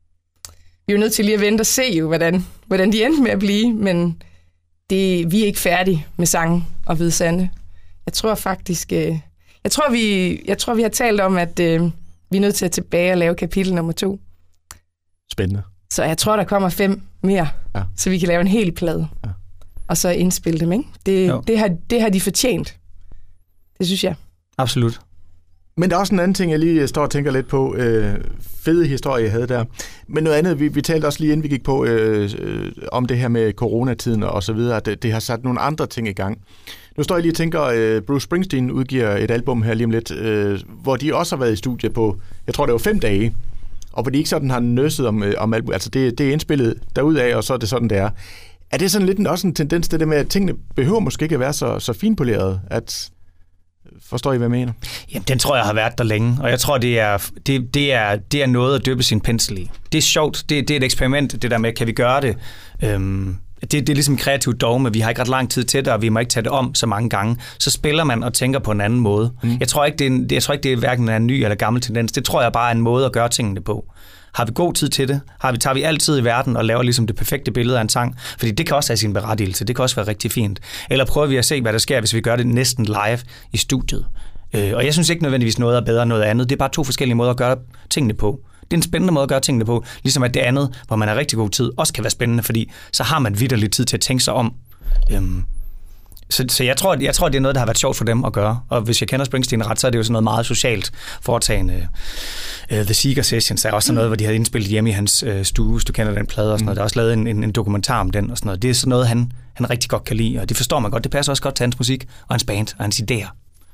Vi er jo nødt til lige at vente og se, jo, hvordan, hvordan de endte med at blive, men det, vi er ikke færdige med sange og Hvide Sande. Jeg tror faktisk... Øh, jeg, tror, vi, jeg tror, vi har talt om, at øh, vi er nødt til at tilbage og lave kapitel nummer to. Spændende. Så jeg tror, der kommer fem mere, ja. Så vi kan lave en hel plade. Ja. Og så indspille dem, ikke? Det, det, har, det har de fortjent. Det synes jeg. Absolut. Men der er også en anden ting, jeg lige står og tænker lidt på. Øh, fede historie, jeg havde der. Men noget andet, vi, vi talte også lige inden vi gik på, øh, øh, om det her med coronatiden og så videre, at det, det har sat nogle andre ting i gang. Nu står jeg lige og tænker, øh, Bruce Springsteen udgiver et album her lige om lidt, øh, hvor de også har været i studie på, jeg tror det var fem dage, og hvor de ikke sådan har nøsset om, øh, om album. Altså det, det er indspillet derudaf, og så er det sådan, det er. Er det sådan lidt en, også en tendens til det med, at tingene behøver måske ikke at være så, så finpolerede, at... Forstår I, hvad jeg mener? Jamen, den tror jeg har været der længe, og jeg tror, det er, det, det er, det er noget at dyppe sin pensel i. Det er sjovt, det, det er et eksperiment, det der med, kan vi gøre det? Øhm, det, det er ligesom en kreativ dogme, vi har ikke ret lang tid til det, og vi må ikke tage det om så mange gange. Så spiller man og tænker på en anden måde. Mm. Jeg tror ikke, det er, en, jeg tror ikke, det er hverken en ny eller gammel tendens. Det tror jeg bare er en måde at gøre tingene på. Har vi god tid til det? Har vi, tager vi altid i verden og laver ligesom det perfekte billede af en sang? Fordi det kan også have sin berettigelse. Det kan også være rigtig fint. Eller prøver vi at se, hvad der sker, hvis vi gør det næsten live i studiet. Øh, og jeg synes ikke nødvendigvis noget er bedre end noget andet. Det er bare to forskellige måder at gøre tingene på. Det er en spændende måde at gøre tingene på, ligesom at det andet, hvor man har rigtig god tid, også kan være spændende, fordi så har man vitterlig tid til at tænke sig om. Øhm, så så jeg, tror, jeg tror, det er noget, der har været sjovt for dem at gøre. Og hvis jeg kender Springsteen ret, så er det jo sådan noget meget socialt foretagende. Uh, The Seeker Sessions er også sådan noget, hvor de havde indspillet hjemme i hans uh, stue, hvis du kender den plade og sådan noget. Der er også lavet en, en, en dokumentar om den og sådan noget. Det er sådan noget, han, han rigtig godt kan lide, og det forstår man godt. Det passer også godt til hans musik og hans band og hans idéer.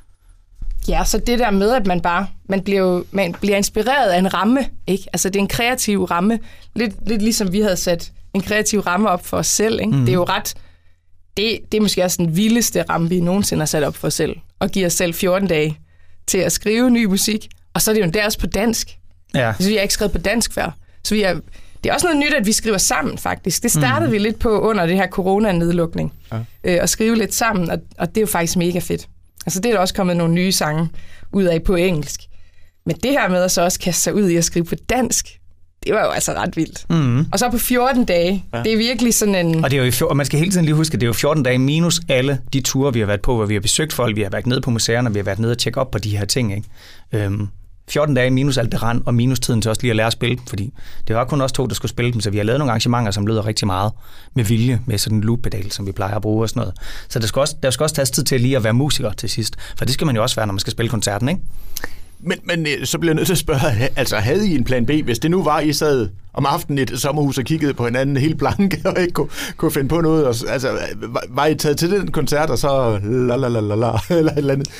Ja, så det der med, at man bare man bliver, jo, man bliver inspireret af en ramme, ikke? Altså, det er en kreativ ramme. Lidt, lidt ligesom vi havde sat en kreativ ramme op for os selv, ikke? Mm. Det er jo ret... Det, det er måske også den vildeste ramme, vi nogensinde har sat op for os selv. Og give os selv fjorten dage til at skrive ny musik. Og så er det jo endda også på dansk. Ja. Så vi har ikke skrevet på dansk før. Så vi er, det er også noget nyt, at vi skriver sammen, faktisk. Det startede mm. vi lidt på under det her corona-nedlukning. Ja. Øh, at skrive lidt sammen, og, og det er jo faktisk mega fedt. Altså, det er der også kommet nogle nye sange ud af på engelsk. Men det her med at så også kaste sig ud i at skrive på dansk, det var jo altså ret vildt. Mm. Og så på fjorten dage, ja. Det er virkelig sådan en... Og, det er jo, og man skal hele tiden lige huske, at det er jo fjorten dage minus alle de ture, vi har været på, hvor vi har besøgt folk, vi har været nede på museerne, vi har været nede og tjekke op på de her ting, ikke? Øhm, fjorten dage minus alt det rand, og minus tiden til også lige at lære at spille dem, fordi det var kun os to, der skulle spille dem, så vi har lavet nogle arrangementer, som lyder rigtig meget med vilje, med sådan en loop-pedal, som vi plejer at bruge og sådan noget. Så der skal også, der skal også tages tid til lige at være musiker til sidst, for det skal man jo også være, når man skal spille koncerten, ikke? Men, men så bliver jeg nødt til at spørge, altså havde I en plan B, hvis det nu var, I sad om aftenen i et sommerhus og kiggede på hinanden helt blanke og ikke kunne, kunne finde på noget? Og, altså, var, var I taget til den koncert, og så la la la la la eller et eller andet?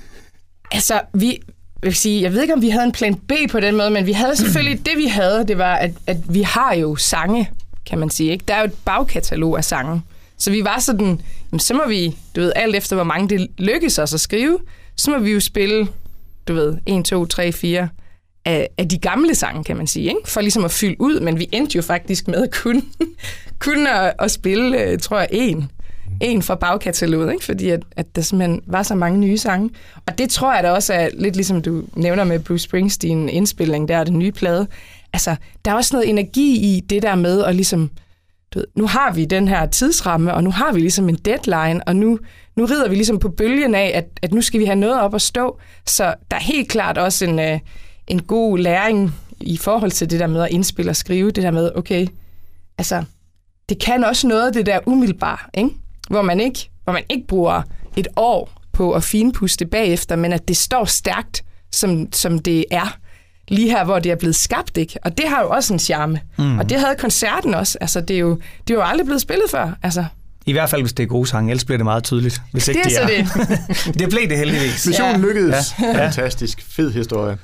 Altså, vi... Jeg vil sige, jeg ved ikke, om vi havde en plan B på den måde, men vi havde selvfølgelig... Det, vi havde, det var, at, at vi har jo sange, kan man sige, ikke? Der er jo et bagkatalog af sange. Så vi var sådan, jamen, så må vi, du ved, alt efter hvor mange det lykkes os at skrive, så må vi jo spille, du ved, en, to, tre, fire af, af de gamle sange, kan man sige, ikke? For ligesom at fylde ud, men vi endte jo faktisk med at kunne, kunne at, at spille, tror jeg, en. En fra bagkataloget, ikke? Fordi at, at der simpelthen var så mange nye sange. Og det tror jeg da også er lidt ligesom du nævner med Bruce Springsteen indspilling, der er den nye plade. Altså, der er også noget energi i det der med, og ligesom, du ved, nu har vi den her tidsramme, og nu har vi ligesom en deadline, og nu, nu rider vi ligesom på bølgen af, at, at nu skal vi have noget op at stå. Så der er helt klart også en, øh, en god læring i forhold til det der med at indspille og skrive. Det der med, okay, altså, det kan også noget, det der umiddelbart, ikke? Hvor man ikke, hvor man ikke bruger et år på at finpuste bagefter, men at det står stærkt, som, som det er, lige her, hvor det er blevet skabt, ikke? Og det har jo også en charme. Mm. Og det havde koncerten også. Altså, det er jo, det er jo aldrig blevet spillet før. Altså. I hvert fald, hvis det er gode sange, ellers bliver det meget tydeligt. Hvis ikke det er de er. så det. Det blev det heldigvis. Missionen ja. lykkedes. Ja. Fantastisk. Fed historie.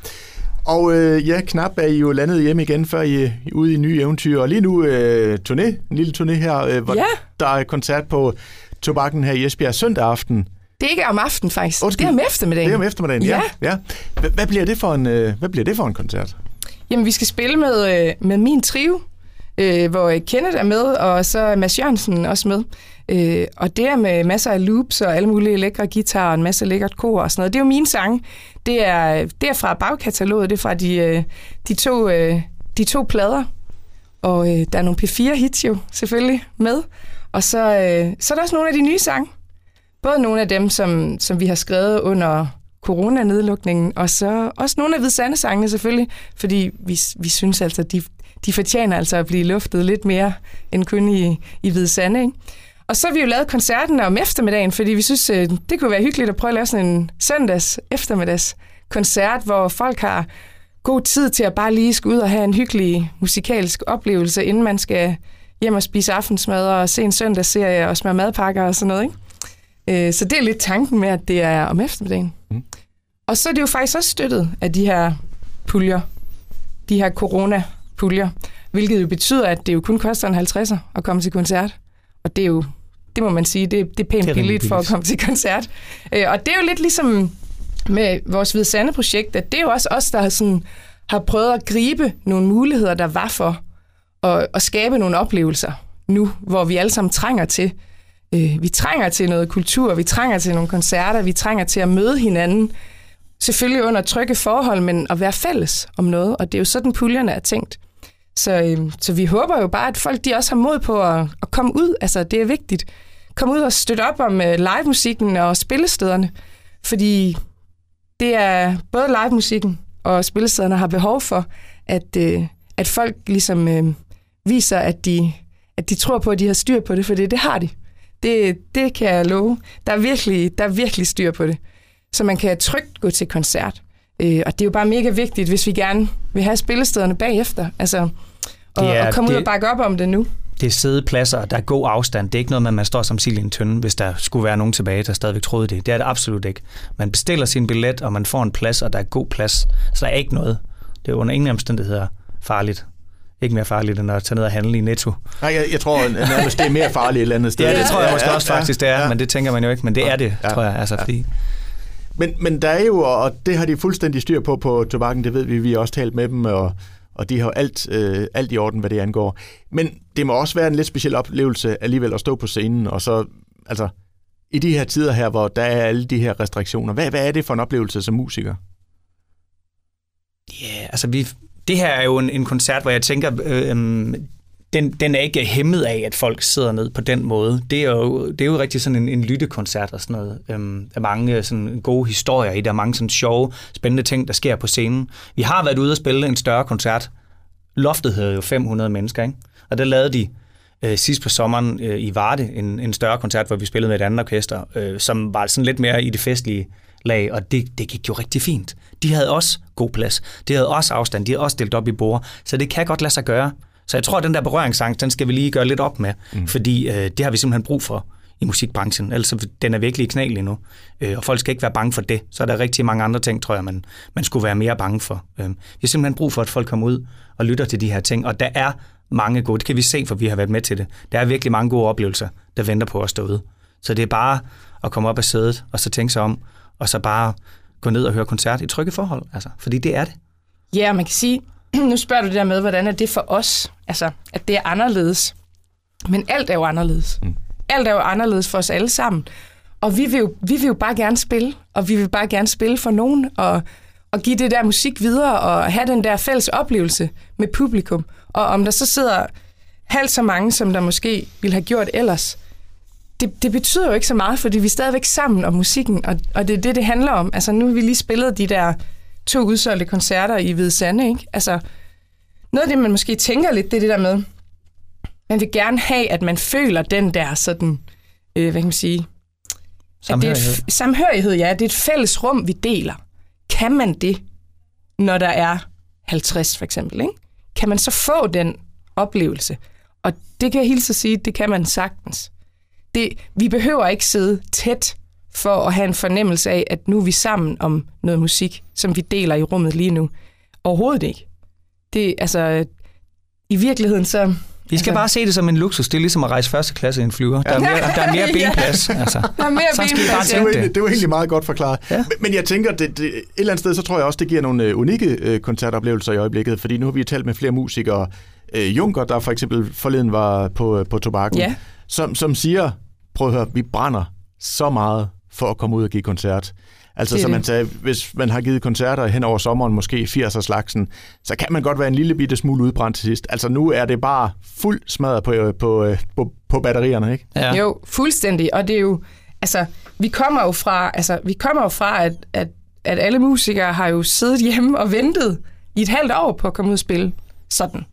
Og øh, ja, knap er I jo landet hjem igen, før I er ude i nye eventyr. Og lige nu øh, turné, en lille turné her, øh, hvor ja. der er koncert på Tobakken her i Esbjerg søndag aften. Det er ikke om aftenen, faktisk. Undskyld. Det er om eftermiddagen. Det er om eftermiddagen, ja. ja. ja. Hvad bliver det for en, øh, hvad bliver det for en koncert? Jamen, vi skal spille med, øh, med min trio, øh, hvor Kenneth er med, og så er Mads Jørgensen også med. Øh, og det er med masser af loops og alle mulige lækre guitarer og en masse lækkert kor og sådan noget. Det er jo mine sange. Det er, det er fra bagkataloget, det er fra de, øh, de, to, øh, de to plader. Og øh, der er nogle P fire hits jo selvfølgelig med. Og så, øh, så er der også nogle af de nye sange. Både nogle af dem, som, som vi har skrevet under coronanedlukningen, og så også nogle af Hvide Sande-sangene selvfølgelig, fordi vi, vi synes altså, de, de fortjener altså at blive luftet lidt mere end kun i, i Hvide Sande, ikke? Og så har vi jo lavet koncerten om eftermiddagen, fordi vi synes, det kunne være hyggeligt at prøve at lave sådan en søndags eftermiddags koncert, hvor folk har god tid til at bare lige skulle ud og have en hyggelig musikalsk oplevelse, inden man skal hjem og spise aftensmad og se en søndagsserie og smøre madpakker og sådan noget, ikke? Så det er lidt tanken med, at det er om eftermiddagen. Mm. Og så er det jo faktisk også støttet af de her puljer, de her corona-puljer, hvilket jo betyder, at det jo kun koster en halvtredser at komme til koncert. Og det er jo, det må man sige, det, det er pænt det er billigt for at komme til koncert. Og det er jo lidt ligesom med vores Hvide Sande-projekt, at det er jo også os, der sådan, har prøvet at gribe nogle muligheder, der var for at, at skabe nogle oplevelser nu, hvor vi alle sammen trænger til. Vi trænger til noget kultur, vi trænger til nogle koncerter, vi trænger til at møde hinanden. Selvfølgelig under trygge forhold, men at være fælles om noget, og det er jo sådan, puljerne er tænkt. Så, så vi håber jo bare, at folk de også har mod på at, at komme ud. Altså, det er vigtigt. Kom ud og støtte op om live-musikken og spillestederne, fordi det er både live-musikken og spillestederne har behov for, at, øh, at folk ligesom øh, viser, at de, at de tror på, at de har styr på det, for det, det har de. Det, det kan jeg love. Der er, virkelig, der er virkelig styr på det. Så man kan trygt gå til koncert. Øh, og det er jo bare mega vigtigt, hvis vi gerne vil have spillestederne bagefter. Altså, og, er, og komme det, ud og bakke op om det nu. Det er sædepladser, der er god afstand. Det er ikke noget med, at man står som sild i en tønde, hvis der skulle være nogen tilbage, der stadigvæk troede det. Det er det absolut ikke. Man bestiller sin billet, og man får en plads, og der er god plads. Så der er ikke noget. Det er under ingen omstændigheder farligt. Ikke mere farligt, end at tage ned og handle i Netto. Nej, jeg, jeg tror nærmest, det er mere farligt et eller andet sted. Ja, det tror jeg måske ja, også faktisk, det er, ja. Men det tænker man jo ikke. Men det er det, ja, tror jeg. Altså, ja. fordi... men, men der er jo, og det har de fuldstændig styr på på Tobakken, det ved vi, vi har også talt med dem, og, og de har alt, øh, alt i orden, hvad det angår. Men det må også være en lidt speciel oplevelse alligevel at stå på scenen, og så, altså, i de her tider her, hvor der er alle de her restriktioner. Hvad, hvad er det for en oplevelse som musiker? Ja, yeah, altså vi... Det her er jo en, en koncert, hvor jeg tænker, øh, den, den er ikke hæmmet af, at folk sidder ned på den måde. Det er jo, det er jo rigtig sådan en, en lyttekoncert og sådan noget. Øhm, der er mange sådan gode historier i, der er mange sådan sjove, spændende ting, der sker på scenen. Vi har været ude og spille en større koncert. Loftet havde jo fem hundrede mennesker, ikke? Og der lavede de øh, sidst på sommeren øh, i Varde en, en større koncert, hvor vi spillede med et andet orkester, øh, som var sådan lidt mere i det festlige lag, og det, det gik jo rigtig fint. De havde også god plads. De havde også afstand. De havde også delt op i borde. Så det kan godt lade sig gøre. Så jeg tror, at den der berøringsangst, den skal vi lige gøre lidt op med, mm. fordi øh, det har vi simpelthen brug for i musikbranchen. Ellers den er virkelig i knæ lige nu. Øh, og folk skal ikke være bange for det. Så er der rigtig mange andre ting, tror jeg, man, man skulle være mere bange for. Øh, vi har simpelthen brug for, at folk kommer ud og lytter til de her ting. Og der er mange gode, det kan vi se, for vi har været med til det. Der er virkelig mange gode oplevelser, der venter på os derude. Så det er bare at komme op af sædet, og så tænke sig om, og så bare gå ned og høre koncert i trygge forhold, altså, fordi det er det. Ja, man kan sige, nu spørger du det der med, hvordan er det for os, altså, at det er anderledes. Men alt er jo anderledes. Mm. Alt er jo anderledes for os alle sammen. Og vi vil, jo, vi vil jo bare gerne spille, og vi vil bare gerne spille for nogen, og, og give det der musik videre, og have den der fælles oplevelse med publikum. Og om der så sidder halvt så mange, som der måske ville have gjort ellers, Det, det betyder jo ikke så meget, fordi vi er stadigvæk sammen om musikken, og, og det er det, det handler om. Altså, nu har vi lige spillet de der to udsolgte koncerter i Hvide Sande, ikke? Altså, noget af det, man måske tænker lidt, det er det der med, man vil gerne have, at man føler den der sådan, øh, hvad kan man sige? Samhørighed. Det er et, samhørighed, ja. Det er et fælles rum, vi deler. Kan man det, når der er halvtreds for eksempel, ikke? Kan man så få den oplevelse? Og det kan jeg hilse at sige, det kan man sagtens. Det, vi behøver ikke sidde tæt for at have en fornemmelse af, at nu er vi sammen om noget musik, som vi deler i rummet lige nu. Overhovedet ikke. Det, altså, i virkeligheden så... Vi skal altså, bare se det som en luksus. Det er ligesom at rejse første klasse i en flyver. Der er mere, der er mere benplads. Altså. Der er mere benplads, ja. Det var egentlig, det var egentlig meget godt forklaret. Ja. Men, men jeg tænker, det, det, et eller andet sted, så tror jeg også, det giver nogle unikke øh, koncertoplevelser i øjeblikket, fordi nu har vi talt med flere musikere. Øh, Junker, der for eksempel forleden var på, på Tobakken, ja. som, som siger, prøv at høre, vi brænder så meget for at komme ud og give koncert. Altså, som man sagde, hvis man har givet koncerter hen over sommeren, måske firserne slagsen, så kan man godt være en lille bitte smule udbrændt til sidst. Altså, nu er det bare fuld smadret på, på, på, på batterierne, ikke? Ja. Jo, fuldstændig. Og det er jo, altså, vi kommer jo fra, altså, vi kommer jo fra, at, at, at alle musikere har jo siddet hjemme og ventet i et halvt år på at komme ud og spille sådan.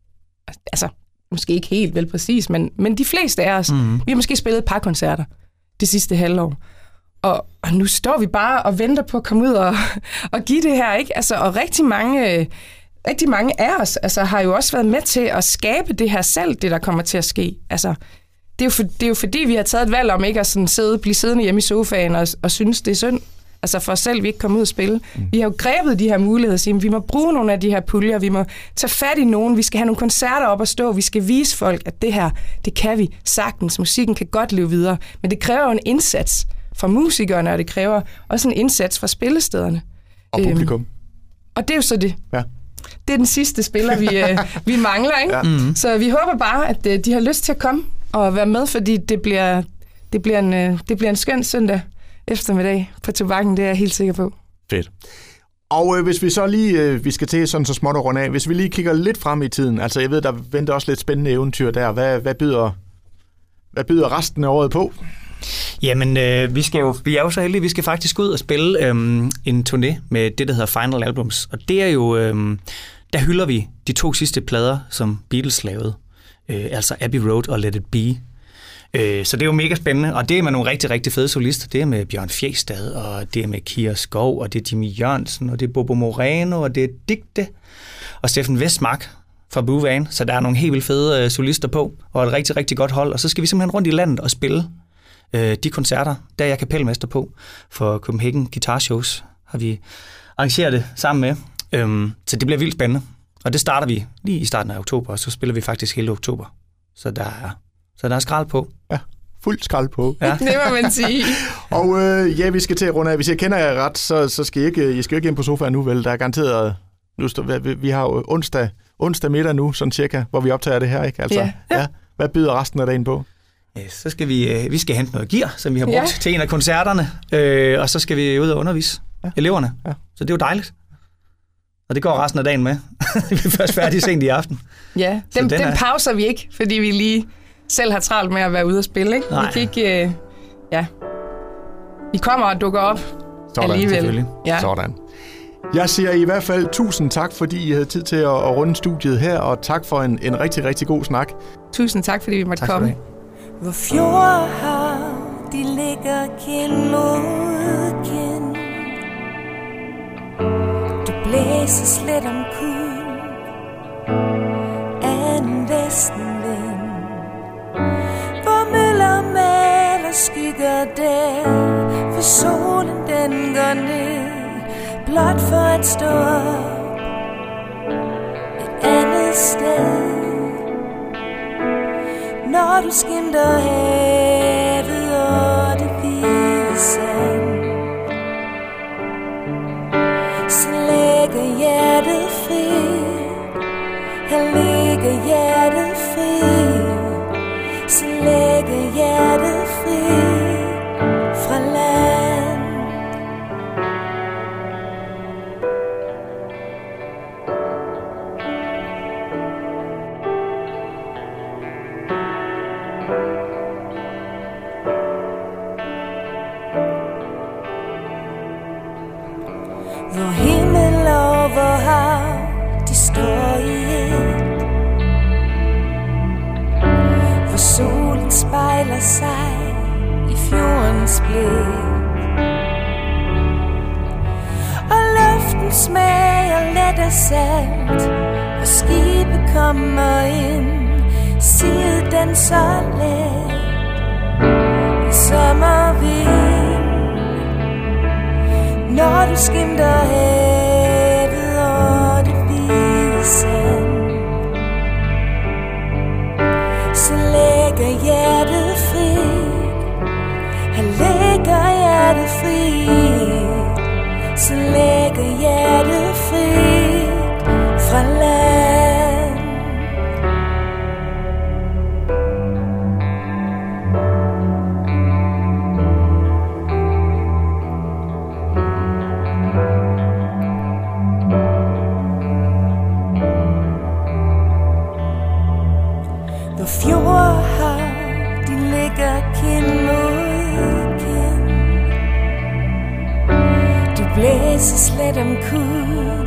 Altså, måske ikke helt vel præcis, men, men de fleste af os, mm-hmm. vi har måske spillet et par koncerter det sidste halvår. Og, og nu står vi bare og venter på at komme ud og, og give det her, ikke? Altså, og rigtig mange, rigtig mange af os altså, har jo også været med til at skabe det her selv, det der kommer til at ske. Altså, det er jo, for, det er jo fordi, vi har taget et valg om ikke at sådan sidde, blive siddende hjemme i sofaen og, og synes, det er synd. Altså for os selv, vi ikke kommer ud og spille. Mm. Vi har jo grebet de her muligheder og sige, vi må bruge nogle af de her puljer, vi må tage fat i nogen, vi skal have nogle koncerter op og stå, vi skal vise folk, at det her, det kan vi sagtens. Musikken kan godt leve videre, men det kræver jo en indsats fra musikerne, og det kræver også en indsats fra spillestederne. Og publikum. Øhm, og det er jo så det. Ja. Det er den sidste spiller, vi, øh, vi mangler, ikke? Ja. Mm. Så vi håber bare, at øh, de har lyst til at komme og være med, fordi det bliver, det bliver, en, øh, det bliver en skøn søndag eftermiddag på Tobakken, det er jeg helt sikker på. Fedt. Og øh, hvis vi så lige, øh, vi skal til sådan så småt at runde af, hvis vi lige kigger lidt frem i tiden, altså jeg ved, der venter også lidt spændende eventyr der, hvad, hvad, byder, hvad byder resten af året på? Jamen, øh, vi, skal jo, vi er jo så heldige, vi skal faktisk ud og spille øh, en turné med det, der hedder Final Albums, og det er jo... Øh, der hylder vi de to sidste plader, som Beatles lavede. Øh, altså Abbey Road og Let It Be. Øh, så det er jo mega spændende, og det er med nogle rigtig, rigtig fede solister. Det er med Bjørn Fjestad, og det er med Kira Skov, og det er Jimmy Jørgensen, og det er Bobo Moreno, og det er Digte, og Steffen Vestmark fra Buvan. Så der er nogle helt vildt fede øh, solister på, og et rigtig, rigtig godt hold. Og så skal vi simpelthen rundt i landet og spille øh, de koncerter, der er jeg kapelmester på for Copenhagen Guitar Shows, har vi arrangeret det sammen med. Øhm, så det bliver vildt spændende. Og det starter vi lige i starten af oktober, og så spiller vi faktisk hele oktober. Så der er, så der er skrald på. Ja, fuld skrald på. Ja. Det må man sige. Og øh, ja, vi skal til at runde af. Hvis jeg kender jer ret, så, så skal I ikke, I skal ikke ind på sofaen nu, vel? Der er garanteret... Nu står, vi, vi har jo onsdag, onsdag middag nu, sådan cirka, hvor vi optager det her, ikke? Altså, ja. Ja. Hvad byder resten af dagen på? Ja, så skal vi, øh, vi skal hente noget gear, som vi har brugt ja. til en af koncerterne, øh, og så skal vi ud og undervise ja. eleverne. Ja. Så det er jo dejligt. Og det går resten af dagen med. Vi er først færdige sent i aften. Ja, dem, dem er... pauser vi ikke, fordi vi lige selv har travlt med at være ude og spille. Ikke? Vi kan ikke... Øh, ja. Vi kommer og dukker op Sådan, alligevel. Ja. Sådan. Jeg siger i hvert fald tusind tak, fordi I havde tid til at, at runde studiet her, og tak for en, en rigtig, rigtig god snak. Tusind tak, fordi vi måtte komme. Hvor fjord og hav, de ligger kind mod kind. Du blæser slet om kun af en vestenvind. Hvor møller maler skygger der, for solen den går ned. Blot for at stå op et andet sted. Når du skimter havet og det hvide sand, så lægger hjertet fri. Her ligger hjertet fri. Så lægger hjertet fri fra land. Hvor himmel og hvor hav, de står i et. Hvor solen spejler sig i fjordens blik. Og luften smager let af salt. Hvor skibet kommer ind, siger den så let. I sommervind. Når du skimter havet og det hvide sand, så lægger hjertet fri. Her lægger hjertet fri. Så lægger hjertet fri fra land. Fjord og hav, de ligger kind mod kind. Du blæser slet om kun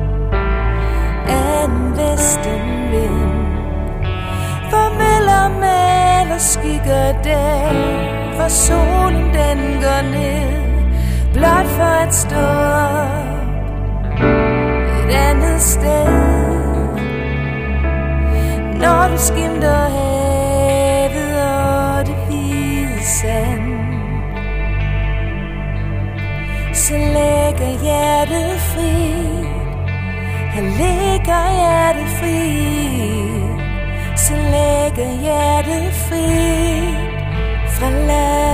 af en vestenvind. Hvor møller maler skygger der, hvor solen den går ned. Blot for at stå op et andet sted. Når du skimter havet og det hvide sand, så lægger hjertet fri. Her ligger hjertet fri. Så lægger hjertet fri fra land.